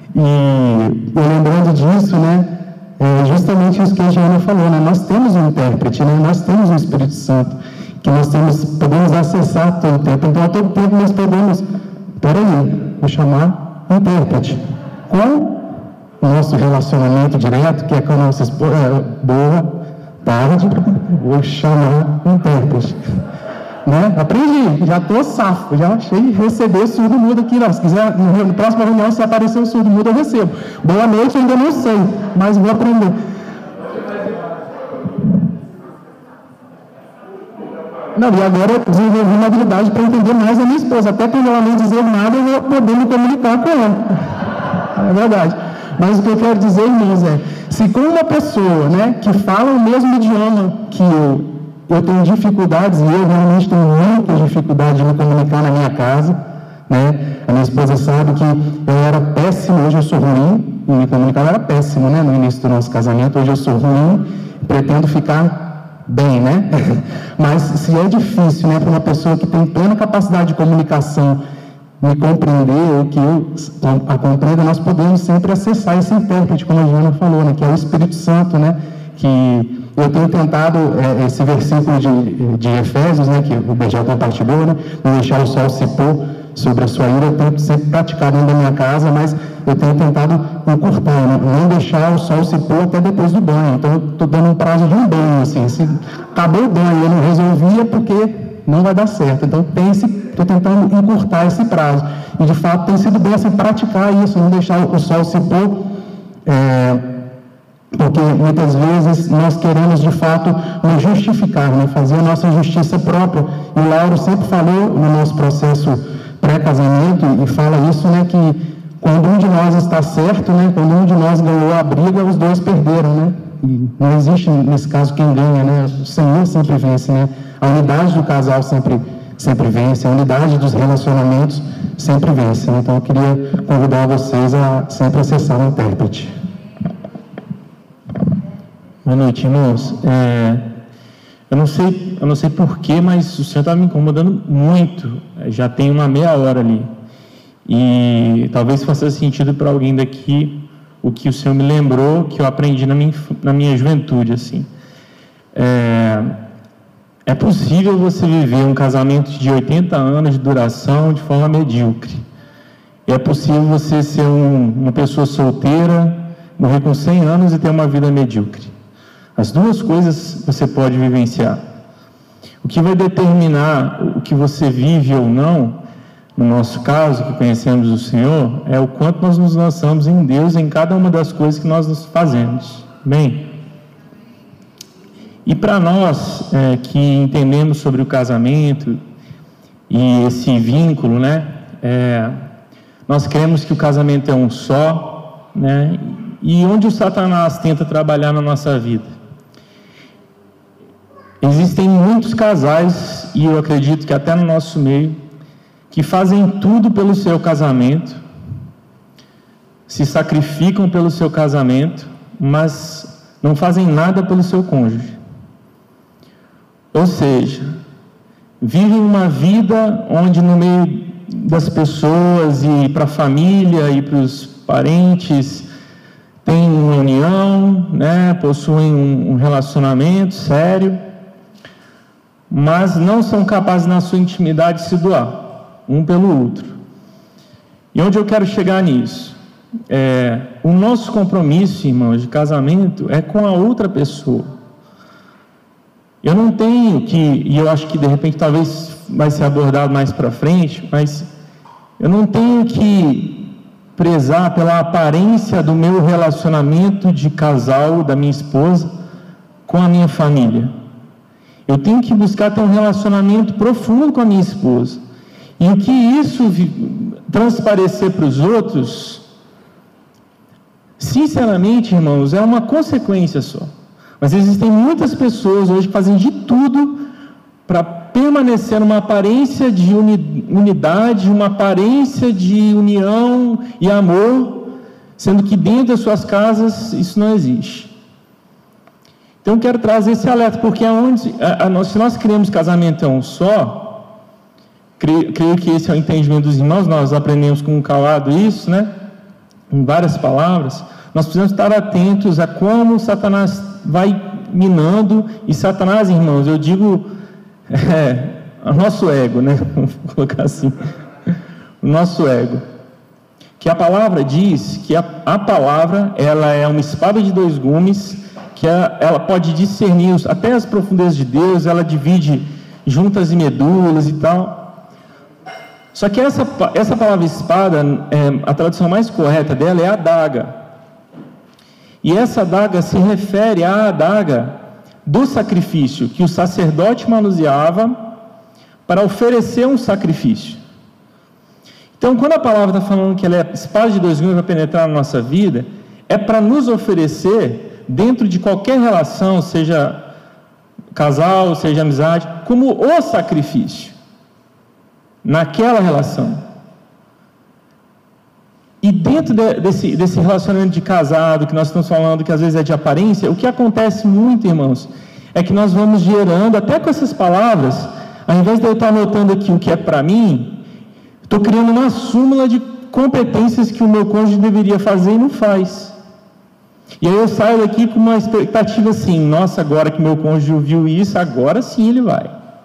E eu lembrando disso, né, justamente isso que a Joana falou, né, nós temos um intérprete, né, nós temos um Espírito Santo, que nós podemos acessar todo o tempo, então a todo tempo nós podemos, peraí, vou chamar o intérprete, com o nosso relacionamento direto, que é com a nossa esposa, boa tarde, vou chamar o intérprete. Né? Aprendi, já estou safo, já achei receber surdo-mudo aqui. Não. Se quiser, na próxima reunião, se aparecer o surdo-mudo, eu recebo. Boa noite, eu ainda não sei, mas vou aprender. Não, e agora eu desenvolvi uma habilidade para entender mais a minha esposa. Até quando ela não dizer nada, eu vou poder me comunicar com ela. É verdade. Mas o que eu quero dizer, irmãos, Se com uma pessoa, né, que fala o mesmo idioma que eu tenho dificuldades, e eu realmente tenho muitas dificuldades de me comunicar na minha casa, né? A minha esposa sabe que eu era péssimo, hoje eu sou ruim, e me comunicar eu era péssimo, né, no início do nosso casamento, hoje eu sou ruim, pretendo ficar bem, né? Mas se é difícil, né, para uma pessoa que tem plena capacidade de comunicação me compreender, ou que eu a compreenda, nós podemos sempre acessar esse intérprete, como a Joana falou, né, que é o Espírito Santo, né, que eu tenho tentado, esse versículo de Efésios, né, que o Bergel compartilhou, né, não deixar o sol se pôr sobre a sua ira, eu tento sempre praticar dentro da minha casa, mas eu tenho tentado encurtar, né, não deixar o sol se pôr até depois do banho. Então, eu estou dando um prazo de um banho, assim, se acabou o banho, eu não resolvia porque não vai dar certo. Então, estou tentando encurtar esse prazo. E, de fato, tem sido bem assim, praticar isso, não deixar o sol se pôr, porque muitas vezes nós queremos de fato nos justificar, né? Fazer a nossa justiça própria. E o Lauro sempre falou no nosso processo pré-casamento, e fala isso, né, que quando um de nós está certo, né, quando um de nós ganhou a briga, os dois perderam, né? E não existe nesse caso quem ganha, né? O Senhor sempre vence, né? A unidade do casal sempre vence, a unidade dos relacionamentos sempre vence, né? Então eu queria convidar vocês a sempre acessar o intérprete. Boa noite, irmãos. Eu não sei porquê, mas o Senhor está me incomodando muito. Já tem uma meia hora ali. E talvez faça sentido para alguém daqui o que o Senhor me lembrou, que eu aprendi na minha juventude, assim. É possível você viver um casamento de 80 anos de duração de forma medíocre. É possível você ser uma pessoa solteira, morrer com 100 anos e ter uma vida medíocre. As duas coisas você pode vivenciar. O que vai determinar o que você vive ou não, no nosso caso, que conhecemos o Senhor, é o quanto nós nos lançamos em Deus em cada uma das coisas que nós nos fazemos. Bem, e para nós que entendemos sobre o casamento e esse vínculo, né, nós cremos que o casamento é um só, né, e onde o Satanás tenta trabalhar na nossa vida. Existem muitos casais, e eu acredito que até no nosso meio, que fazem tudo pelo seu casamento, se sacrificam pelo seu casamento, mas não fazem nada pelo seu cônjuge. Ou seja, vivem uma vida onde no meio das pessoas e para a família e para os parentes têm uma união, né, possuem um relacionamento sério, mas não são capazes na sua intimidade de se doar um pelo outro. E onde eu quero chegar nisso? O nosso compromisso, irmãos, de casamento é com a outra pessoa. Eu não tenho que, e eu acho que de repente talvez vai ser abordado mais para frente, mas eu não tenho que prezar pela aparência do meu relacionamento de casal, da minha esposa, com a minha família. Eu tenho que buscar ter um relacionamento profundo com a minha esposa. E o que isso transparecer para os outros, sinceramente, irmãos, é uma consequência só. Mas existem muitas pessoas hoje que fazem de tudo para permanecer numa aparência de unidade, uma aparência de união e amor, sendo que dentro das suas casas isso não existe. Então eu quero trazer esse alerta, porque se nós queremos casamento é um só, creio que esse é o entendimento dos irmãos, nós aprendemos com o Calado isso, né? Em várias palavras, nós precisamos estar atentos a como Satanás vai minando, e Satanás, irmãos, eu digo, o nosso ego, né? Vamos colocar assim, o nosso ego. Que a palavra diz que a palavra, ela é uma espada de dois gumes, que ela pode discernir até as profundezas de Deus, ela divide juntas e medulas e tal. Só que essa palavra espada, a tradução mais correta dela é adaga. E essa adaga se refere à adaga do sacrifício que o sacerdote manuseava para oferecer um sacrifício. Então, quando a palavra está falando que ela é espada de dois gumes para penetrar na nossa vida, é para nos oferecer, dentro de qualquer relação, seja casal, seja amizade, como o sacrifício, naquela relação. E dentro desse relacionamento de casado, que nós estamos falando, que às vezes é de aparência, o que acontece muito, irmãos, é que nós vamos gerando, até com essas palavras, ao invés de eu estar anotando aqui o que é para mim, estou criando uma súmula de competências que o meu cônjuge deveria fazer e não faz. E aí eu saio daqui com uma expectativa assim, nossa, agora que meu cônjuge ouviu isso, agora sim ele vai.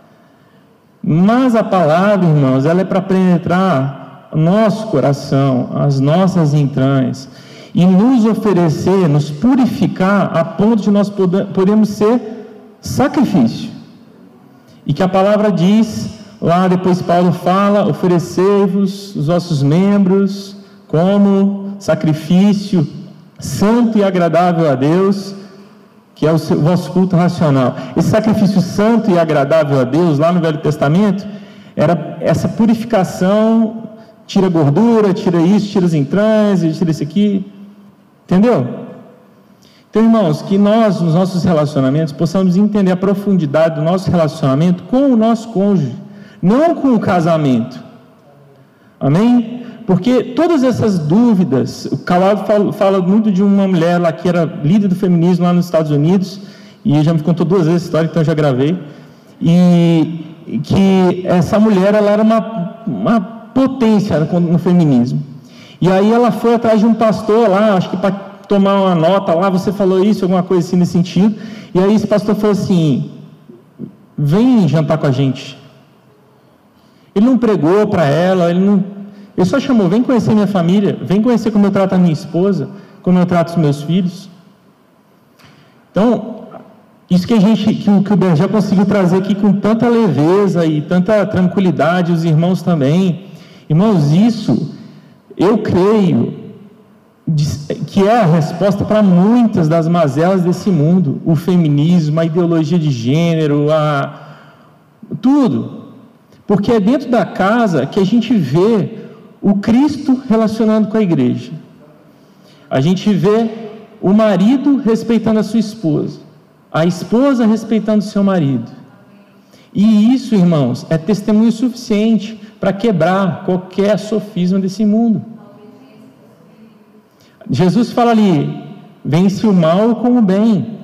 Mas a palavra, irmãos, ela é para penetrar o nosso coração, as nossas entranhas, e nos oferecer, nos purificar, a ponto de nós podemos ser sacrifício. E que a palavra diz, lá depois Paulo fala, oferecei-vos os vossos membros como sacrifício santo e agradável a Deus, que é o vosso culto racional. Esse sacrifício santo e agradável a Deus, lá no Velho Testamento, era essa purificação, tira gordura, tira isso, tira as entranhas, tira isso aqui, entendeu? Então, irmãos, que nós, nos nossos relacionamentos, possamos entender a profundidade do nosso relacionamento com o nosso cônjuge, não com o casamento, amém? Porque todas essas dúvidas, o Calado fala muito de uma mulher lá que era líder do feminismo lá nos Estados Unidos, e já me contou 2 vezes a história, então eu já gravei, e que essa mulher, ela era uma potência no feminismo, e aí ela foi atrás de um pastor lá, acho que para tomar uma nota lá, você falou isso, alguma coisa assim nesse sentido, e aí esse pastor falou assim, vem jantar com a gente. Ele não pregou para ela, ele só chamou, vem conhecer minha família, vem conhecer como eu trato a minha esposa, como eu trato os meus filhos. Então, isso que o Berger conseguiu trazer aqui com tanta leveza e tanta tranquilidade, os irmãos também. Irmãos, isso, eu creio, que é a resposta para muitas das mazelas desse mundo, o feminismo, a ideologia de gênero, tudo, porque é dentro da casa que a gente vê o Cristo relacionando com a igreja, a gente vê o marido respeitando a sua esposa, a esposa respeitando o seu marido, e isso, irmãos, é testemunho suficiente para quebrar qualquer sofisma desse mundo. Jesus fala ali, vence o mal com o bem.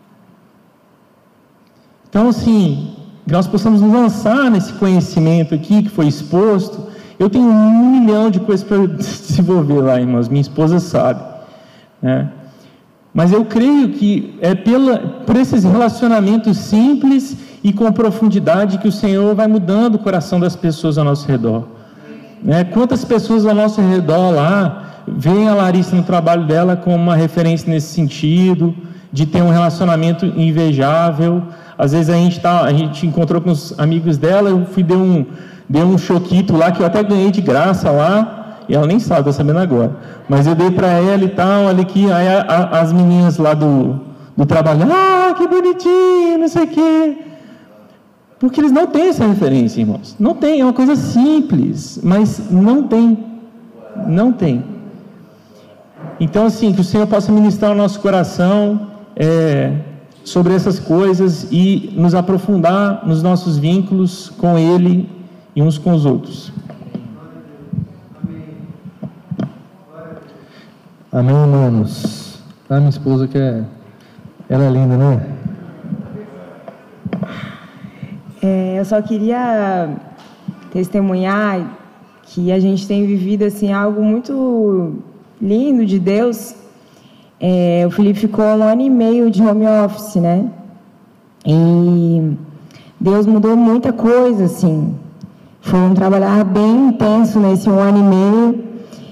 Então, assim, que nós possamos nos lançar nesse conhecimento aqui que foi exposto. Eu tenho 1 milhão de coisas para desenvolver lá, irmãos, minha esposa sabe, né? Mas eu creio que é por esses relacionamentos simples e com profundidade que o Senhor vai mudando o coração das pessoas ao nosso redor, né? Quantas pessoas ao nosso redor lá veem a Larissa no trabalho dela como uma referência nesse sentido, de ter um relacionamento invejável. Às vezes a gente encontrou com os amigos dela, eu fui dei um choquito lá, que eu até ganhei de graça lá, e ela nem sabe, está sabendo agora, mas eu dei para ela e tal, olha aqui, aí as meninas lá do trabalho, que bonitinho, não sei o quê, porque eles não têm essa referência, irmãos, não tem, é uma coisa simples, mas não tem. Então, assim, que o Senhor possa ministrar o nosso coração sobre essas coisas e nos aprofundar nos nossos vínculos com Ele e uns com os outros. Amém, irmãos. Minha esposa ela é linda, né? Eu só queria testemunhar que a gente tem vivido assim algo muito lindo de Deus. O Felipe ficou 1 ano e meio de home office, né? E Deus mudou muita coisa, assim. Foi um trabalhar bem intenso nesse 1 ano e meio.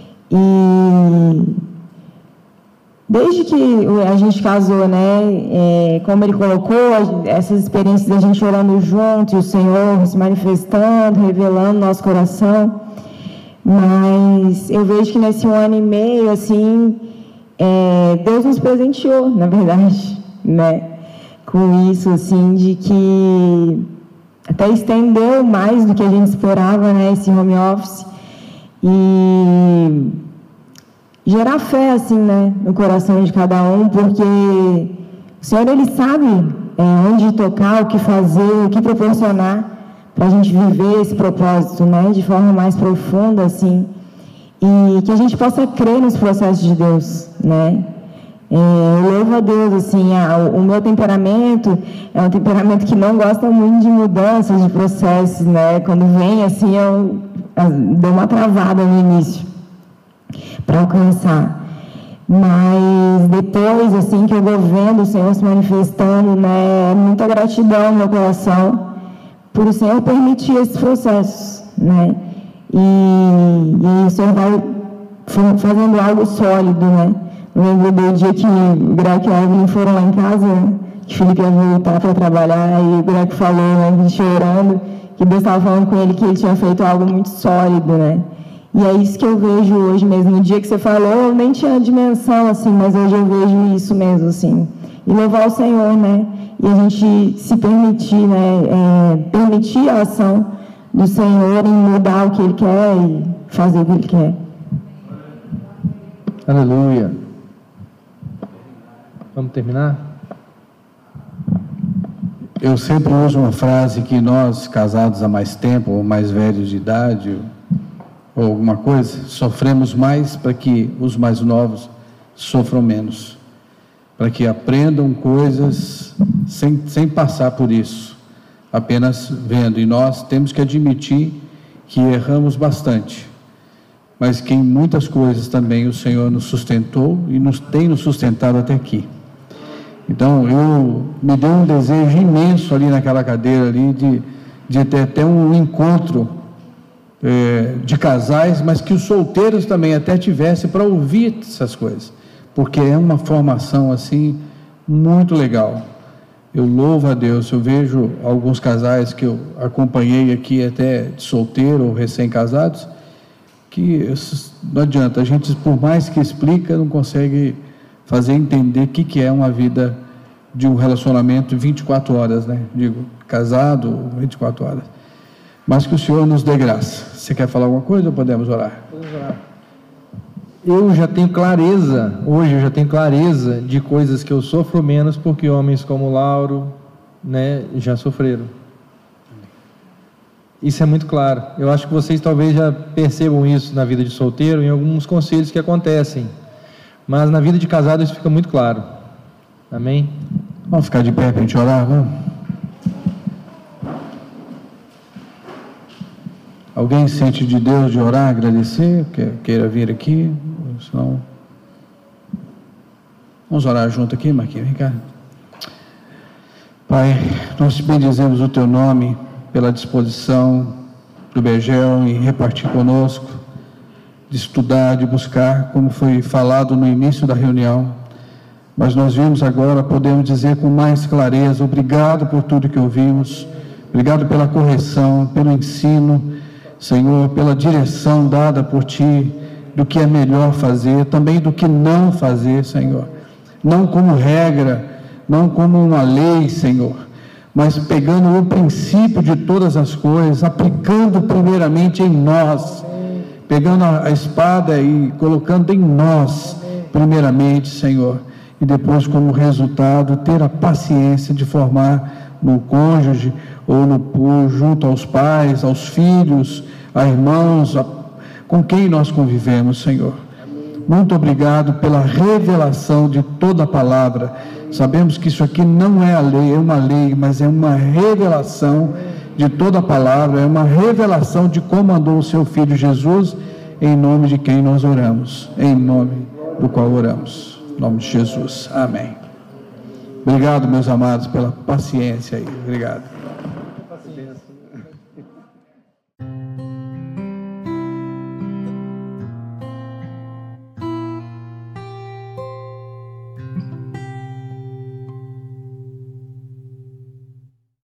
E desde que a gente casou, né? Como ele colocou, essas experiências da gente orando junto, e o Senhor se manifestando, revelando nosso coração. Mas eu vejo que nesse 1 ano e meio, assim, Deus nos presenteou, na verdade, né? Com isso, assim, de que até estendeu mais do que a gente esperava, né? Esse home office. E gerar fé, assim, né, no coração de cada um, porque o Senhor, Ele sabe onde tocar, o que fazer, o que proporcionar para a gente viver esse propósito, né, de forma mais profunda, assim, e que a gente possa crer nos processos de Deus, né. Eu louvo a Deus, assim, o meu temperamento é um temperamento que não gosta muito de mudanças, de processos, né, quando vem, assim, eu dou uma travada no início para alcançar, mas depois, assim, que eu vou vendo o Senhor se manifestando, né, muita gratidão no meu coração por o Senhor permitir esses processos, né, e o Senhor vai fazendo algo sólido, né. Lembro do dia que o Greg e a Evelyn foram lá em casa, que o Felipe ia voltar para trabalhar, e o Greg falou, né, chorando, que Deus estava falando com ele que ele tinha feito algo muito sólido, né. E é isso que eu vejo hoje mesmo. No dia que você falou, eu nem tinha dimensão, assim, mas hoje eu vejo isso mesmo, assim. E louvar o Senhor, né? E a gente se permitir, né? Permitir a ação do Senhor em mudar o que Ele quer e fazer o que Ele quer. Aleluia. Vamos terminar? Eu sempre uso uma frase que nós, casados há mais tempo, ou mais velhos de idade, ou alguma coisa, sofremos mais para que os mais novos sofram menos, para que aprendam coisas sem passar por isso, apenas vendo. E nós temos que admitir que erramos bastante, mas que em muitas coisas também o Senhor nos sustentou e tem nos sustentado até aqui. Então, me deu um desejo imenso ali naquela cadeira ali de ter até um encontro de casais, mas que os solteiros também até tivessem para ouvir essas coisas, porque é uma formação assim muito legal. Eu louvo a Deus. Eu vejo alguns casais que eu acompanhei aqui até de solteiro ou recém-casados, que não adianta, a gente por mais que explica não consegue fazer entender o que é uma vida de um relacionamento 24 horas, né? Digo, casado 24 horas. Mas que o Senhor nos dê graça. Você quer falar alguma coisa ou podemos orar? Vamos orar. Eu já tenho clareza, hoje eu já tenho clareza de coisas que eu sofro menos porque homens como o Lauro, né, já sofreram. Isso é muito claro. Eu acho que vocês talvez já percebam isso na vida de solteiro, em alguns conselhos que acontecem. Mas na vida de casado isso fica muito claro. Amém? Vamos ficar de pé para a gente orar, vamos? Alguém sente de Deus de orar, agradecer, queira vir aqui? Senão... Vamos orar junto aqui, Marquinhos, vem cá. Pai, nós te bendizemos o teu nome pela disposição do Begel em repartir conosco, de estudar, de buscar, como foi falado no início da reunião. Mas nós vimos agora, podemos dizer com mais clareza, obrigado por tudo que ouvimos, obrigado pela correção, pelo ensino, Senhor, pela direção dada por Ti, do que é melhor fazer, também do que não fazer, Senhor. Não como regra, não como uma lei, Senhor, mas pegando o princípio de todas as coisas, aplicando primeiramente em nós, pegando a espada e colocando em nós, primeiramente, Senhor, e depois, como resultado, ter a paciência de formar no cônjuge ou junto aos pais, aos filhos, a irmãos, com quem nós convivemos, Senhor. Muito obrigado pela revelação de toda a palavra. Sabemos que isso aqui não é a lei, é uma lei, mas é uma revelação de toda a palavra, é uma revelação de como andou o seu Filho Jesus, em nome de quem nós oramos, em nome do qual oramos. Em nome de Jesus. Amém. Obrigado, meus amados, pela paciência aí. Obrigado.